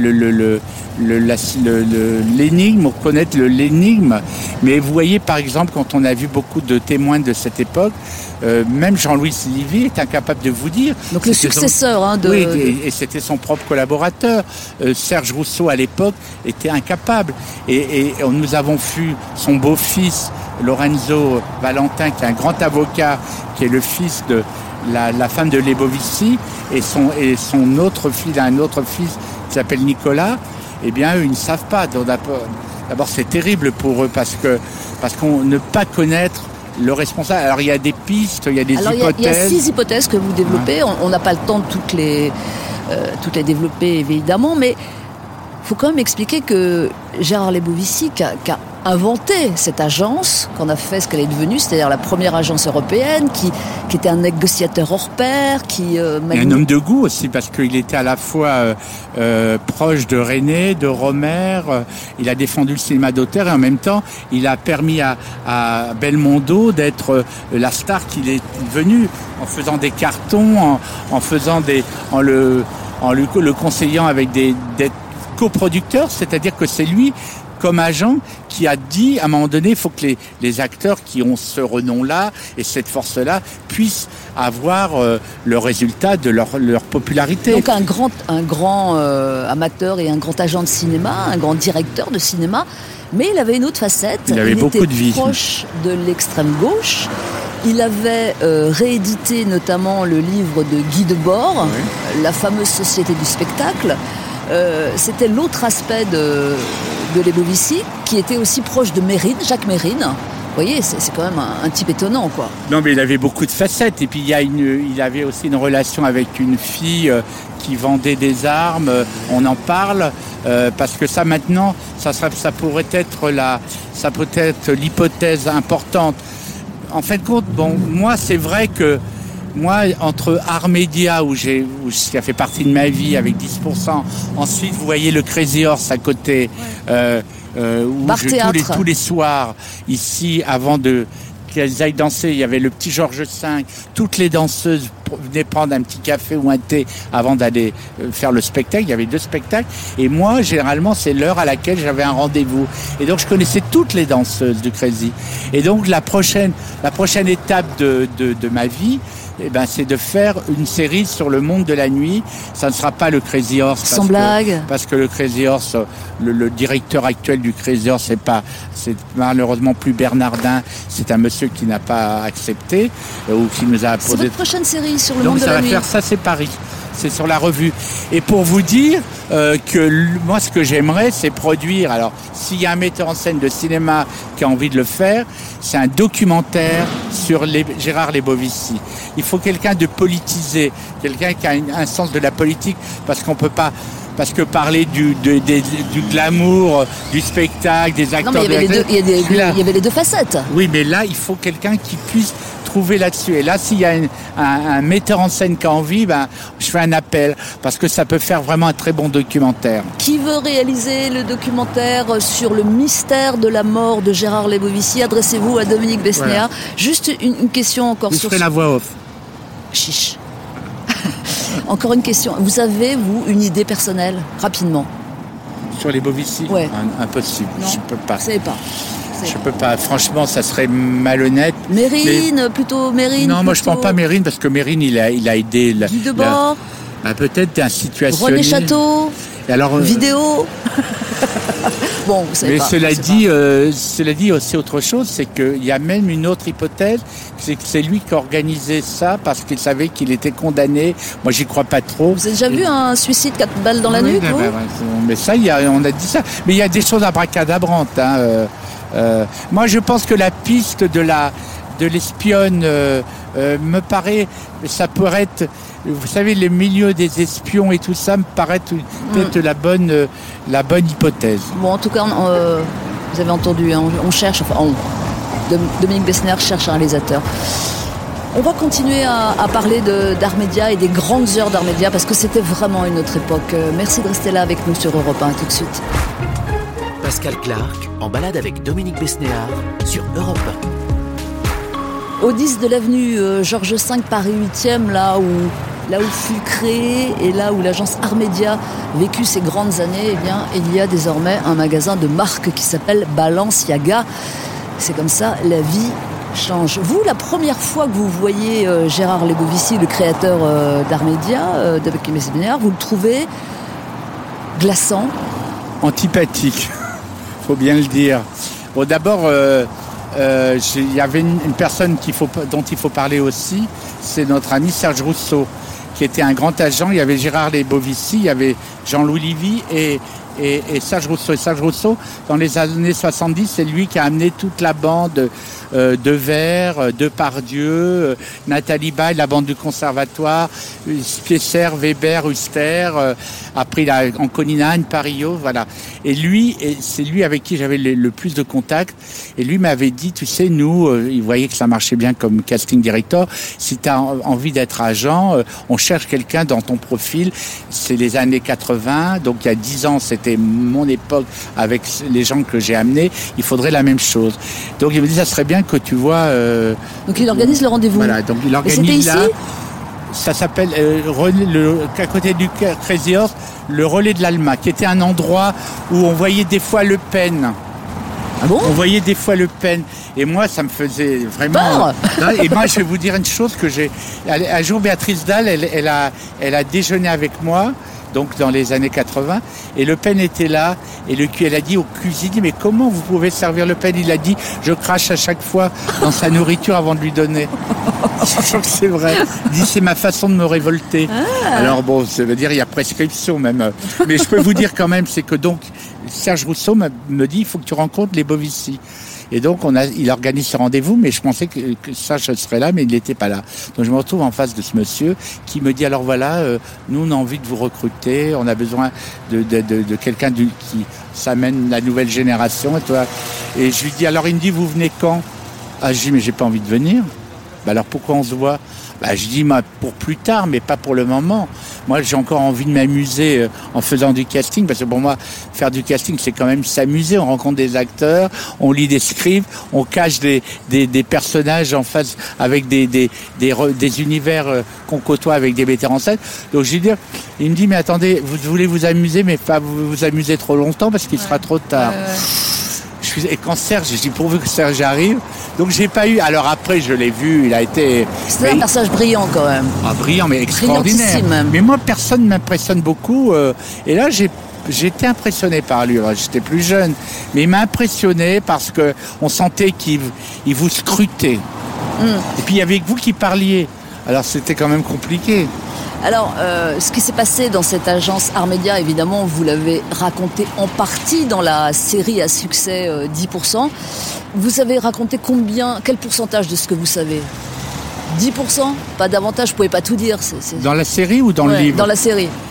l'énigme, reconnaître l'énigme. Mais vous voyez, par exemple, quand on a vu beaucoup de témoins de cette époque, même Jean-Louis Livy est incapable de vous dire. Donc le successeur Oui, et c'était son propre collaborateur. Serge Rousseau, à l'époque, était incapable. Et nous avons vu son beau-fils, Lorenzo Valentin, qui est un grand avocat, qui est le fils de la femme de Lebovici, et son autre fils, un autre fils qui s'appelle Nicolas. Eh bien, eux, ils ne savent pas. D'abord, c'est terrible pour eux parce qu'on ne pas connaître le responsable. Alors, il y a des pistes, il y a des hypothèses. Il y a 6 hypothèses que vous développez. On n'a pas le temps de toutes les développer, évidemment, mais il faut quand même expliquer que Gérard Lebovici, qui a inventé cette agence, qu'on a fait ce qu'elle est devenue, c'est-à-dire la première agence européenne, qui était un négociateur hors pair, et un homme de goût aussi, parce qu'il était à la fois proche de René, de Romer, il a défendu le cinéma d'auteur, et en même temps, il a permis à Belmondo d'être la star qu'il est devenu, en faisant des cartons, en le conseillant avec des coproducteur, c'est-à-dire que c'est lui, comme agent, qui a dit, à un moment donné, il faut que les acteurs qui ont ce renom-là et cette force-là puissent avoir le résultat de leur popularité. Donc un grand amateur et un grand agent de cinéma, un grand directeur de cinéma, mais il avait une autre facette. Il avait beaucoup de vie. Il était proche de l'extrême gauche. Il avait réédité notamment le livre de Guy Debord, La fameuse société du spectacle. C'était l'autre aspect de Lebovici, qui était aussi proche de Mérine, Jacques Mérine. Vous voyez, c'est quand même un type étonnant, quoi. Non, mais il avait beaucoup de facettes. Et puis, il avait aussi une relation avec une fille qui vendait des armes. On en parle, parce que ça, maintenant, ça pourrait être l'hypothèse importante. En fin de compte, moi, c'est vrai que moi, entre Art Média, où ce qui a fait partie de ma vie avec 10%, ensuite, vous voyez le Crazy Horse à côté, où tous les soirs, ici, avant qu'elles aillent danser, il y avait le petit Georges V, toutes les danseuses venaient prendre un petit café ou un thé avant d'aller faire le spectacle. Il y avait 2 spectacles. Et moi, généralement, c'est l'heure à laquelle j'avais un rendez-vous. Et donc, je connaissais toutes les danseuses du Crazy. Et donc, la prochaine étape de ma vie, c'est de faire une série sur le monde de la nuit. Ça ne sera pas le Crazy Horse. Sans blague. Parce que le Crazy Horse, le directeur actuel du Crazy Horse, c'est malheureusement plus Bernardin. C'est un monsieur qui n'a pas accepté ou qui nous a posé. C'est votre prochaine série sur le monde de la nuit. Donc ça va faire ça, c'est Paris. C'est sur la revue. Et pour vous dire que moi, ce que j'aimerais, c'est produire. Alors, s'il y a un metteur en scène de cinéma qui a envie de le faire, c'est un documentaire sur Gérard Lebovici. Il faut quelqu'un de politisé, quelqu'un qui a un sens de la politique, parce qu'on peut pas parce que parler du glamour, du spectacle, des acteurs... Non, mais il y avait les deux facettes. Oui, mais là, il faut quelqu'un qui puisse trouver là-dessus. Et là, s'il y a un metteur en scène qui a envie, je fais un appel, parce que ça peut faire vraiment un très bon documentaire. Qui veut réaliser le documentaire sur le mystère de la mort de Gérard Lebovici? Adressez-vous à Dominique Besnéard. Voilà. Juste une question encore sur... Vous ferez la voix off. Chiche. Encore une question. Vous avez, vous, une idée personnelle, rapidement? Sur Lebovici? Ouais. Impossible. Non, je peux pas. Vous savez pas. Je peux pas. Franchement, ça serait malhonnête. Mérine, plutôt Mérine. Non, moi je prends pas Mérine parce que Mérine, il a aidé. Guy Debord. Peut-être un situationniste. René Château. Et alors, vidéo. Bon, vous savez mais pas. Cela dit, aussi autre chose, c'est qu'il y a même une autre hypothèse, c'est que c'est lui qui a organisé ça parce qu'il savait qu'il était condamné. Moi, j'y crois pas trop. Vous avez déjà vu un suicide 4 balles dans la nuque, vous ? Mais ça, on a dit ça. Mais il y a des choses abracadabrantes. Moi, je pense que la piste de l'espionne me paraît, ça pourrait être, vous savez, les milieux des espions et tout ça me paraît peut-être la bonne hypothèse. Bon, en tout cas, vous avez entendu, hein, on cherche, Dominique Besnéard cherche un réalisateur. On va continuer à parler d'Art Média et des grandes heures d'Art Média parce que c'était vraiment une autre époque. Merci de rester là avec nous sur Europe 1, tout de suite. Pascal Clark, en balade avec Dominique Besnéard sur Europe 1. Au 10 de l'avenue Georges V, Paris 8e, là où fut créé et là où l'agence Art Média vécut ses grandes années, eh bien, il y a désormais un magasin de marque qui s'appelle Balenciaga. C'est comme ça, la vie change. Vous, la première fois que vous voyez Gérard Lebovici, le créateur d'Art Média, d'Avec Besnéard, vous le trouvez glaçant? Antipathique, faut bien le dire. Bon, d'abord, il y avait une personne dont il faut parler aussi, c'est notre ami Serge Rousseau, qui était un grand agent. Il y avait Gérard Lebovici, il y avait Jean-Louis Livy et Serge Rousseau. Et Serge Rousseau, dans les années 70, c'est lui qui a amené toute la bande de Vers, Depardieu, Nathalie Baye, la bande du Conservatoire, Spiesser, Weber, Huster, après en Conina, Parillo, voilà. Et c'est lui avec qui j'avais le plus de contacts. Et lui m'avait dit, tu sais, nous, il voyait que ça marchait bien comme casting director. Si tu as envie d'être agent, on cherche quelqu'un dans ton profil. C'est les années 80, donc il y a 10 ans, c'était mon époque avec les gens que j'ai amenés. Il faudrait la même chose. Donc il me dit, ça serait bien que tu vois... donc il organise le rendez-vous. Voilà, donc il organise là. Ça s'appelle, à côté du Crazy Horse, le relais de l'Alma, qui était un endroit où on voyait des fois Le Pen. Ah bon ? On voyait des fois Le Pen. Et moi, ça me faisait vraiment... Et moi, je vais vous dire une chose que j'ai... Un jour, Béatrice Dalle, elle a déjeuné avec moi, donc dans les années 80, et Le Pen était là, et elle a dit au cuisinier, mais comment vous pouvez servir Le Pen ? Il a dit, je crache à chaque fois dans sa nourriture avant de lui donner. Je crois que c'est vrai. Il dit, c'est ma façon de me révolter. Alors bon, ça veut dire, il y a prescription même. Mais je peux vous dire quand même, c'est que donc, Serge Rousseau me dit, il faut que tu rencontres Lebovici. Et donc, il organise ce rendez-vous, mais je pensais que Serge serait là, mais il n'était pas là. Donc, je me retrouve en face de ce monsieur qui me dit, alors voilà, nous, on a envie de vous recruter, on a besoin de quelqu'un qui s'amène la nouvelle génération. Et je lui dis, alors il me dit, vous venez quand ? Ah, je dis, mais j'ai pas envie de venir. Alors, pourquoi on se voit ? Je dis, pour plus tard, mais pas pour le moment. Moi, j'ai encore envie de m'amuser en faisant du casting, parce que pour moi, faire du casting, c'est quand même s'amuser. On rencontre des acteurs, on lit des scripts, on cache des personnages en face avec des univers qu'on côtoie avec des metteurs en scène. Donc, je lui dis, il me dit, mais attendez, vous voulez vous amuser, mais pas vous amuser trop longtemps, parce qu'il sera trop tard. Et quand Serge, je dis pourvu que Serge arrive, donc j'ai pas eu. Alors après, je l'ai vu, il a été. C'était un personnage brillant quand même. Ah, brillant, mais extraordinaire. Mais moi, personne ne m'impressionne beaucoup. Et là, j'étais impressionné par lui. J'étais plus jeune, mais il m'a impressionné parce que on sentait qu'il vous scrutait. Et puis il y avait vous qui parliez. Alors c'était quand même compliqué. Alors, ce qui s'est passé dans cette agence Art Média, évidemment, vous l'avez raconté en partie dans la série à succès 10%. Vous avez raconté quel pourcentage de ce que vous savez ? 10%? Pas davantage, vous ne pouvez pas tout dire. Dans la série ou dans le livre ? Dans la série.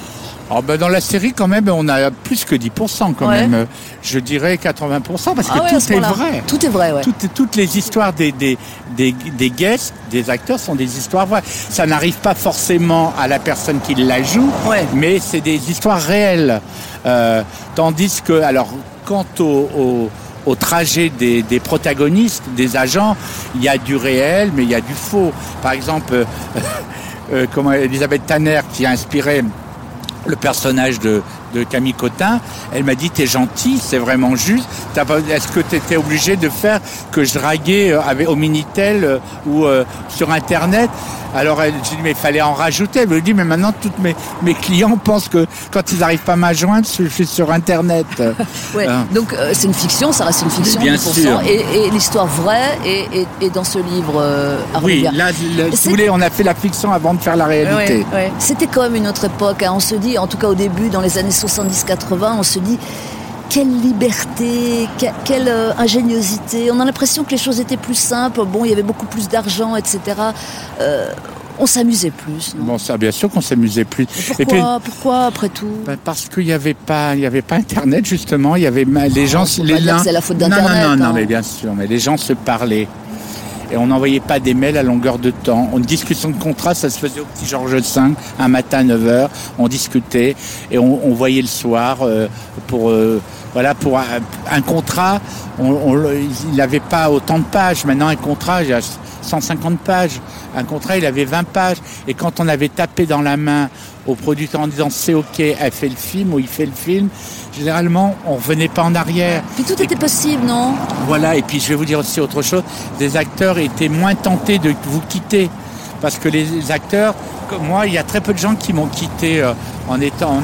Oh ben dans la série, quand même, on a plus que 10% quand Ouais. même. Je dirais 80%, parce que Ah ouais, à tout ce est moment-là. vrai. Tout est vrai, ouais. Toutes les histoires des guests, des acteurs, sont des histoires vraies. Ça n'arrive pas forcément à la personne qui la joue, Ouais. mais c'est des histoires réelles. Tandis que, alors, quant au trajet des protagonistes, des agents, il y a du réel, mais il y a du faux. Par exemple, comment Elisabeth Tanner, qui a inspiré le personnage de Camille Cotin, elle m'a dit: t'es gentil, c'est vraiment juste. Est-ce que t'étais obligé de faire que je draguais au Minitel ou sur Internet? Alors j'ai dit: mais il fallait en rajouter. Elle me dit: mais maintenant tous mes clients pensent que quand ils n'arrivent pas à m'joindre, je suis sur Internet. Ouais. Donc c'est une fiction, ça reste une fiction. Bien 10%, sûr. Et l'histoire vraie est dans ce livre à Oui, relire. là, si vous voulez, on a fait la fiction avant de faire la réalité. Ouais, ouais. C'était quand même une autre époque. Hein. On se dit, en tout cas au début, dans les années 70-80, on se dit quelle liberté, quelle ingéniosité. On a l'impression que les choses étaient plus simples. Bon, il y avait beaucoup plus d'argent, etc. On s'amusait plus. Non? Bon, ça, bien sûr qu'on s'amusait plus. Pourquoi après tout? Parce qu'il n'y avait pas Internet, justement. Il y avait les gens, faut pas dire que c'est la faute d'Internet, non, hein. mais bien sûr. Mais les gens se parlaient. Et on n'envoyait pas des mails à longueur de temps. Une discussion de contrat, ça se faisait au petit Georges V, un matin à 9h. On discutait et on voyait le soir pour un contrat. Il n'avait pas autant de pages. Maintenant, un contrat, il y a 150 pages. Un contrat, il avait 20 pages. Et quand on avait tapé dans la main au producteur en disant: c'est OK, elle fait le film ou il fait le film, généralement, on ne revenait pas en arrière. Puis tout était possible, non? Voilà, et puis je vais vous dire aussi autre chose. Les acteurs étaient moins tentés de vous quitter. Parce que les acteurs, comme moi, il y a très peu de gens qui m'ont quitté en étant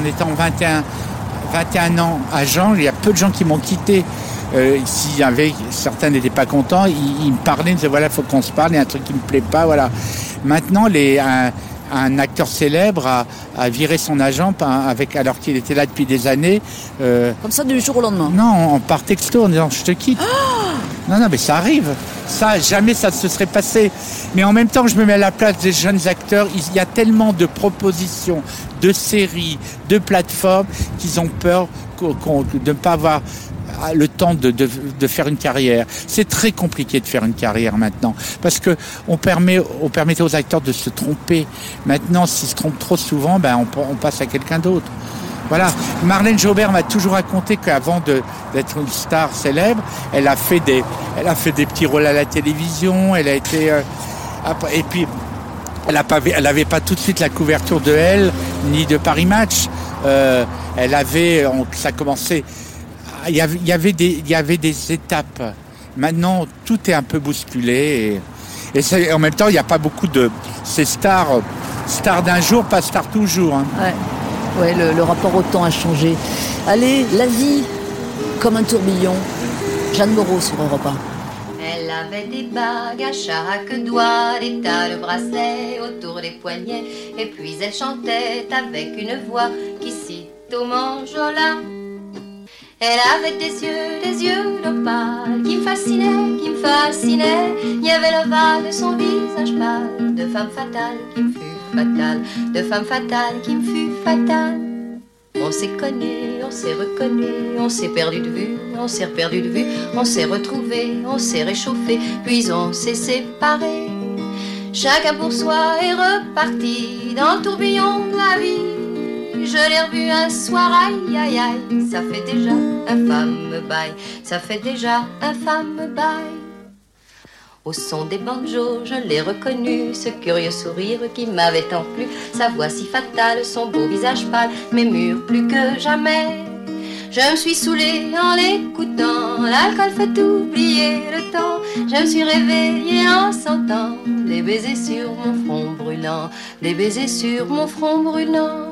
21 ans agent. Il y a peu de gens qui m'ont quitté. S'il y avait, certains n'étaient pas contents, ils me parlaient, ils me disaient: voilà, il faut qu'on se parle, il y a un truc qui me plaît pas, voilà. Maintenant, un acteur célèbre a viré son agent alors qu'il était là depuis des années. Comme ça, du jour au lendemain? Non, par texto, en disant: je te quitte. Non, mais ça arrive. Ça, jamais ça se serait passé. Mais en même temps, je me mets à la place des jeunes acteurs. Il y a tellement de propositions, de séries, de plateformes, qu'ils ont peur de ne pas avoir le temps de faire une carrière. C'est très compliqué de faire une carrière maintenant, parce que on permettait aux acteurs de se tromper. Maintenant, s'ils se trompent trop souvent, on passe à quelqu'un d'autre. Voilà. Marlène Jobert m'a toujours raconté qu'avant d'être une star célèbre, elle a fait des petits rôles à la télévision. Elle a été et puis elle avait pas tout de suite la couverture de Elle ni de Paris Match. Ça commençait. Il y avait des étapes. Maintenant, tout est un peu bousculé et en même temps, il n'y a pas beaucoup de ces stars d'un jour, pas stars toujours. Hein. Ouais, le rapport au temps a changé. Allez, la vie comme un tourbillon. Jeanne Moreau sur Europe 1. Elle avait des bagues à chaque doigt, des tas de bracelets autour des poignets, et puis elle chantait avec une voix qui sitôt m'enjola. Elle avait des yeux d'opale qui me fascinaient. Il y avait l'ovale de son visage pâle, de femme fatale qui me fut fatale, de femme fatale qui me fut fatale. On s'est connus, on s'est reconnus, on s'est perdu de vue, on s'est reperdu de vue, on s'est retrouvés, on s'est réchauffés, puis on s'est séparés. Chacun pour soi est reparti dans le tourbillon de la vie. Je l'ai revu un soir, aïe aïe aïe, ça fait déjà un fameux bail, ça fait déjà un fameux bail. Au son des banjos, je l'ai reconnu, ce curieux sourire qui m'avait tant plu, sa voix si fatale, son beau visage pâle, mes murs plus que jamais. Je me suis saoulée en l'écoutant, l'alcool fait oublier le temps. Je me suis réveillée en sentant des baisers sur mon front brûlant, des baisers sur mon front brûlant.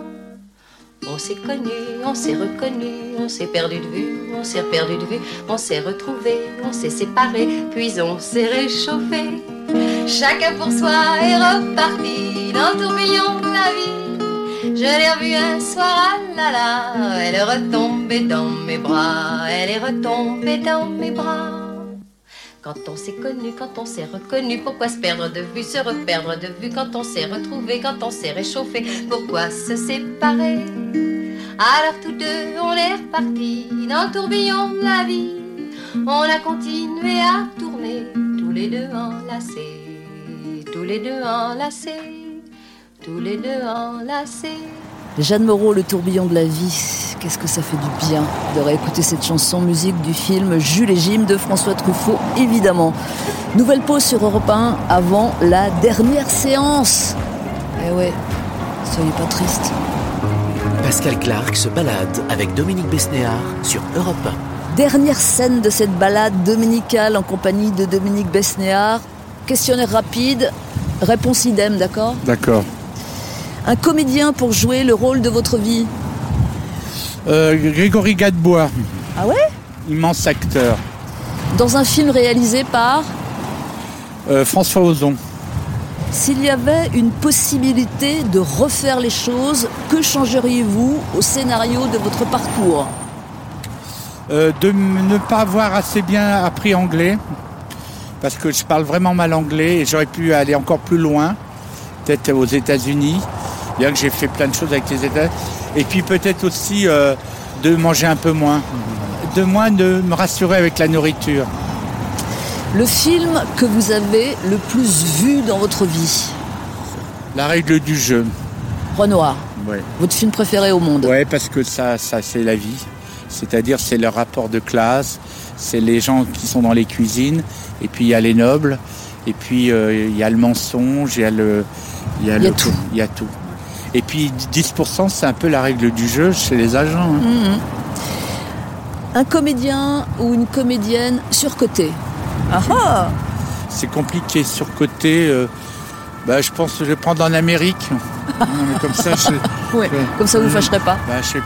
On s'est connus, on s'est reconnus, on s'est perdu de vue, on s'est perdu de vue, on s'est retrouvés, on s'est séparés, puis on s'est réchauffés. Chacun pour soi est reparti dans le tourbillon de la vie. Je l'ai revue un soir, ah là là, elle est retombée dans mes bras, elle est retombée dans mes bras. Quand on s'est connu, quand on s'est reconnu, pourquoi se perdre de vue, se reperdre de vue? Quand on s'est retrouvé, quand on s'est réchauffé, pourquoi se séparer? Alors tous deux, on est repartis dans le tourbillon de la vie. On a continué à tourner, tous les deux enlacés, tous les deux enlacés, tous les deux enlacés. Jeanne Moreau, Le tourbillon de la vie, qu'est-ce que ça fait du bien de réécouter cette chanson, musique du film Jules et Jim de François Truffaut, évidemment. Nouvelle pause sur Europe 1 avant la dernière séance. Eh ouais, soyez pas tristes. Pascal Clark se balade avec Dominique Besnéard sur Europe 1. Dernière scène de cette balade dominicale en compagnie de Dominique Besnéard. Questionnaire rapide, réponse idem, d'accord ? D'accord. Un comédien pour jouer le rôle de votre vie. Grégory Gadebois. Ah ouais ? Immense acteur. Dans un film réalisé par François Ozon. S'il y avait une possibilité de refaire les choses, que changeriez-vous au scénario de votre parcours ? De ne pas avoir assez bien appris anglais, parce que je parle vraiment mal anglais et j'aurais pu aller encore plus loin, peut-être aux États-Unis, bien que j'ai fait plein de choses avec les États-Unis. Et puis peut-être aussi de manger un peu moins, de me rassurer avec la nourriture. Le film que vous avez le plus vu dans votre vie ? La règle du jeu. Renoir. Ouais. Votre film préféré au monde ? Ouais, parce que ça c'est la vie. C'est-à-dire, c'est le rapport de classe, c'est les gens qui sont dans les cuisines, et puis il y a les nobles, et puis il y a le mensonge, il y a tout. Il y a tout. Et puis 10%, c'est un peu la règle du jeu chez les agents. Hein. Mmh. Un comédien ou une comédienne surcoté ? Ah ah ! C'est compliqué, surcoté. Je pense que je vais prendre en Amérique. Comme ça, ouais, comme ça vous ne fâcherez pas.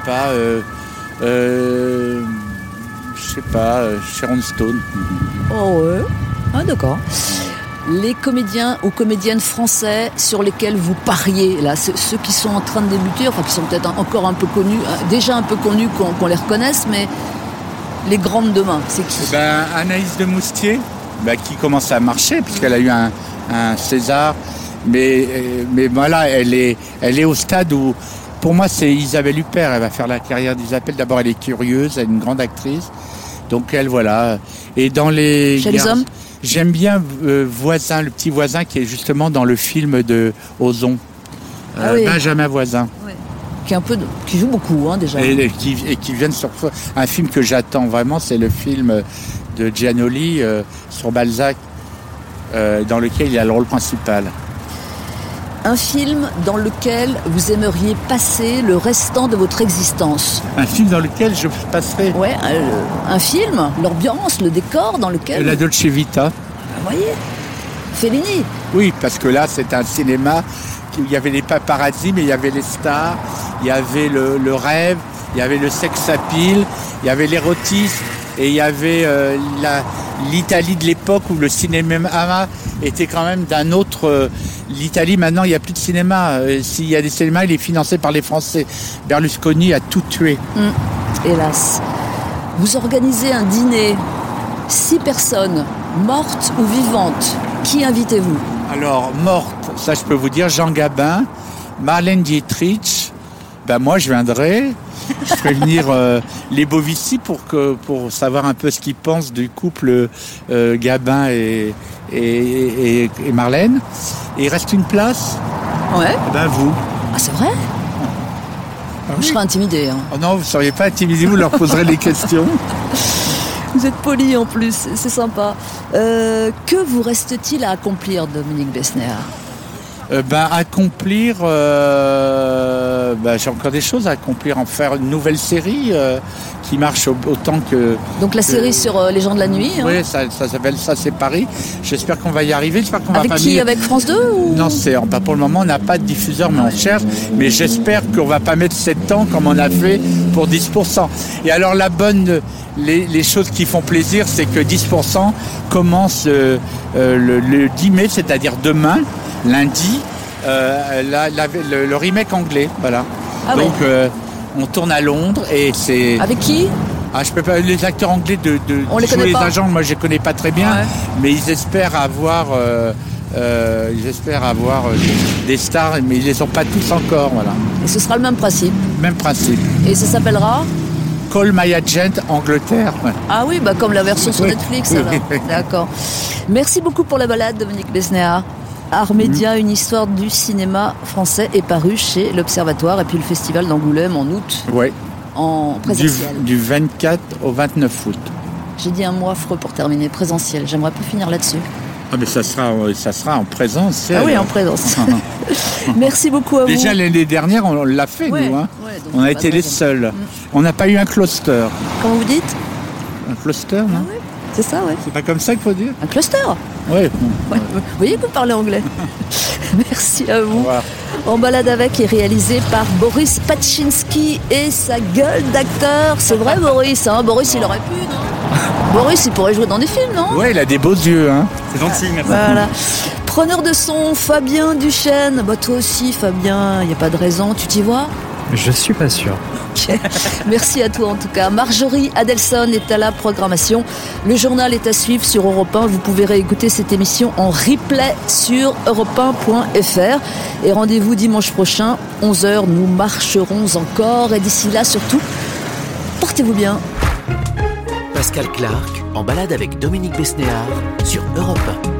Je sais pas, Sharon Stone. Oh ouais, ah, d'accord. Les comédiens ou comédiennes français sur lesquels vous pariez, là, ceux qui sont en train de débuter, enfin qui sont peut-être encore un peu connus, déjà un peu connus qu'on les reconnaisse, mais les grandes demain, c'est qui ? Anaïs de Moustier, qui commence à marcher puisqu'elle a eu un César, mais voilà, elle est au stade où, pour moi, c'est Isabelle Huppert. Elle va faire la carrière d'Isabelle. D'abord, elle est curieuse, elle est une grande actrice. Donc, elle, voilà. Et dans les... Chez les hommes ? J'aime bien Voisin, le petit Voisin, qui est justement dans le film de Ozon. Oui. Benjamin Voisin. Ouais. Qui joue beaucoup, hein, déjà. Et qui vient sur un film que j'attends vraiment, c'est le film de Giannoli sur Balzac, dans lequel il a le rôle principal. Un film dans lequel vous aimeriez passer le restant de votre existence. Un film dans lequel je passerai... Ouais, un film, l'ambiance, le décor dans lequel... La Dolce Vita. Vous voyez, Fellini. Oui, parce que là, c'est un cinéma où il y avait les paparazzis, mais il y avait les stars, il y avait le rêve, il y avait le sex appeal, il y avait l'érotisme, et il y avait l'Italie de l'époque où le cinéma était quand même d'un autre... L'Italie, maintenant, il n'y a plus de cinéma. S'il y a des cinémas, il est financé par les Français. Berlusconi a tout tué. Hélas. Vous organisez un dîner, 6 personnes, mortes ou vivantes. Qui invitez-vous ? Alors, morte, ça je peux vous dire, Jean Gabin, Marlène Dietrich. Moi, je viendrai. Je ferai venir les Bovici pour savoir un peu ce qu'ils pensent du couple Gabin et Marlène. Et il reste une place. Ouais. Vous. Ah, c'est vrai ? Je serais intimidée. Hein. Oh non, vous ne seriez pas intimidée, vous leur poserez les questions. Vous êtes poli en plus, c'est sympa. Que vous reste-t-il à accomplir, Dominique Besnéard ? Accomplir, j'ai encore des choses à accomplir, en faire une nouvelle série qui marche autant que... Donc la série sur les gens de la nuit. Hein. Oui, ça s'appelle Ça c'est Paris. J'espère qu'on va y arriver. J'espère qu'on avec va qui ? Avec France 2 ou... Non, pour le moment on n'a pas de diffuseur, mais on cherche. Mais j'espère qu'on va pas mettre 7 ans comme on a fait pour 10%. Et alors les choses qui font plaisir, c'est que 10% commence le 10 mai, c'est-à-dire demain, lundi, le remake anglais, voilà. Ah donc on tourne à Londres et c'est... Avec qui ? Je peux pas, les acteurs anglais on les connaît les pas. agents, moi je les connais pas très bien, mais ils espèrent avoir J'espère avoir des stars, mais ils les ont pas tous encore, voilà. Et ce sera le même principe. Même principe. Et ça s'appellera Call My Agent Angleterre. Ouais. Ah oui, bah comme la version sur Oui. Netflix Oui, alors. oui, oui. D'accord. Merci beaucoup pour la balade, Dominique Besnéard. Art Média, une histoire du cinéma français est paru chez l'Observatoire et puis le Festival d'Angoulême en août, Ouais. en présentiel. Du 24 au 29 août. J'ai dit un mot affreux pour terminer, présentiel. J'aimerais pas finir là-dessus. Ah mais ça sera en présence. Ah oui, en présence. Merci beaucoup à vous. Déjà l'année dernière, on l'a fait, Ouais, nous. Hein. ouais, donc On a pas été de les raison. seuls. On n'a pas eu un cluster. Comment vous dites? Un cluster, non? C'est ça, ouais. C'est pas comme ça qu'il faut dire? Un cluster. Oui. Ouais. Vous voyez que vous parlez anglais. Merci à vous. Voilà. En balade avec est réalisé par Boris Patchinski et sa gueule d'acteur. C'est vrai, Boris, hein? Boris, il aurait pu, non? Boris, il pourrait jouer dans des films, non? Ouais, il a des beaux yeux, hein. C'est gentil, merci. Voilà. Preneur de son, Fabien Duchesne. Bah toi aussi, Fabien, il n'y a pas de raison. Tu t'y vois? Je suis pas sûr. Ok. Merci à toi en tout cas. Marjorie Adelson est à la programmation. Le journal est à suivre sur Europe 1. Vous pouvez réécouter cette émission en replay sur europe1.fr. Et rendez-vous dimanche prochain, 11h. Nous marcherons encore. Et d'ici là, surtout, portez-vous bien. Pascal Clark en balade avec Dominique Besnéard sur Europe 1.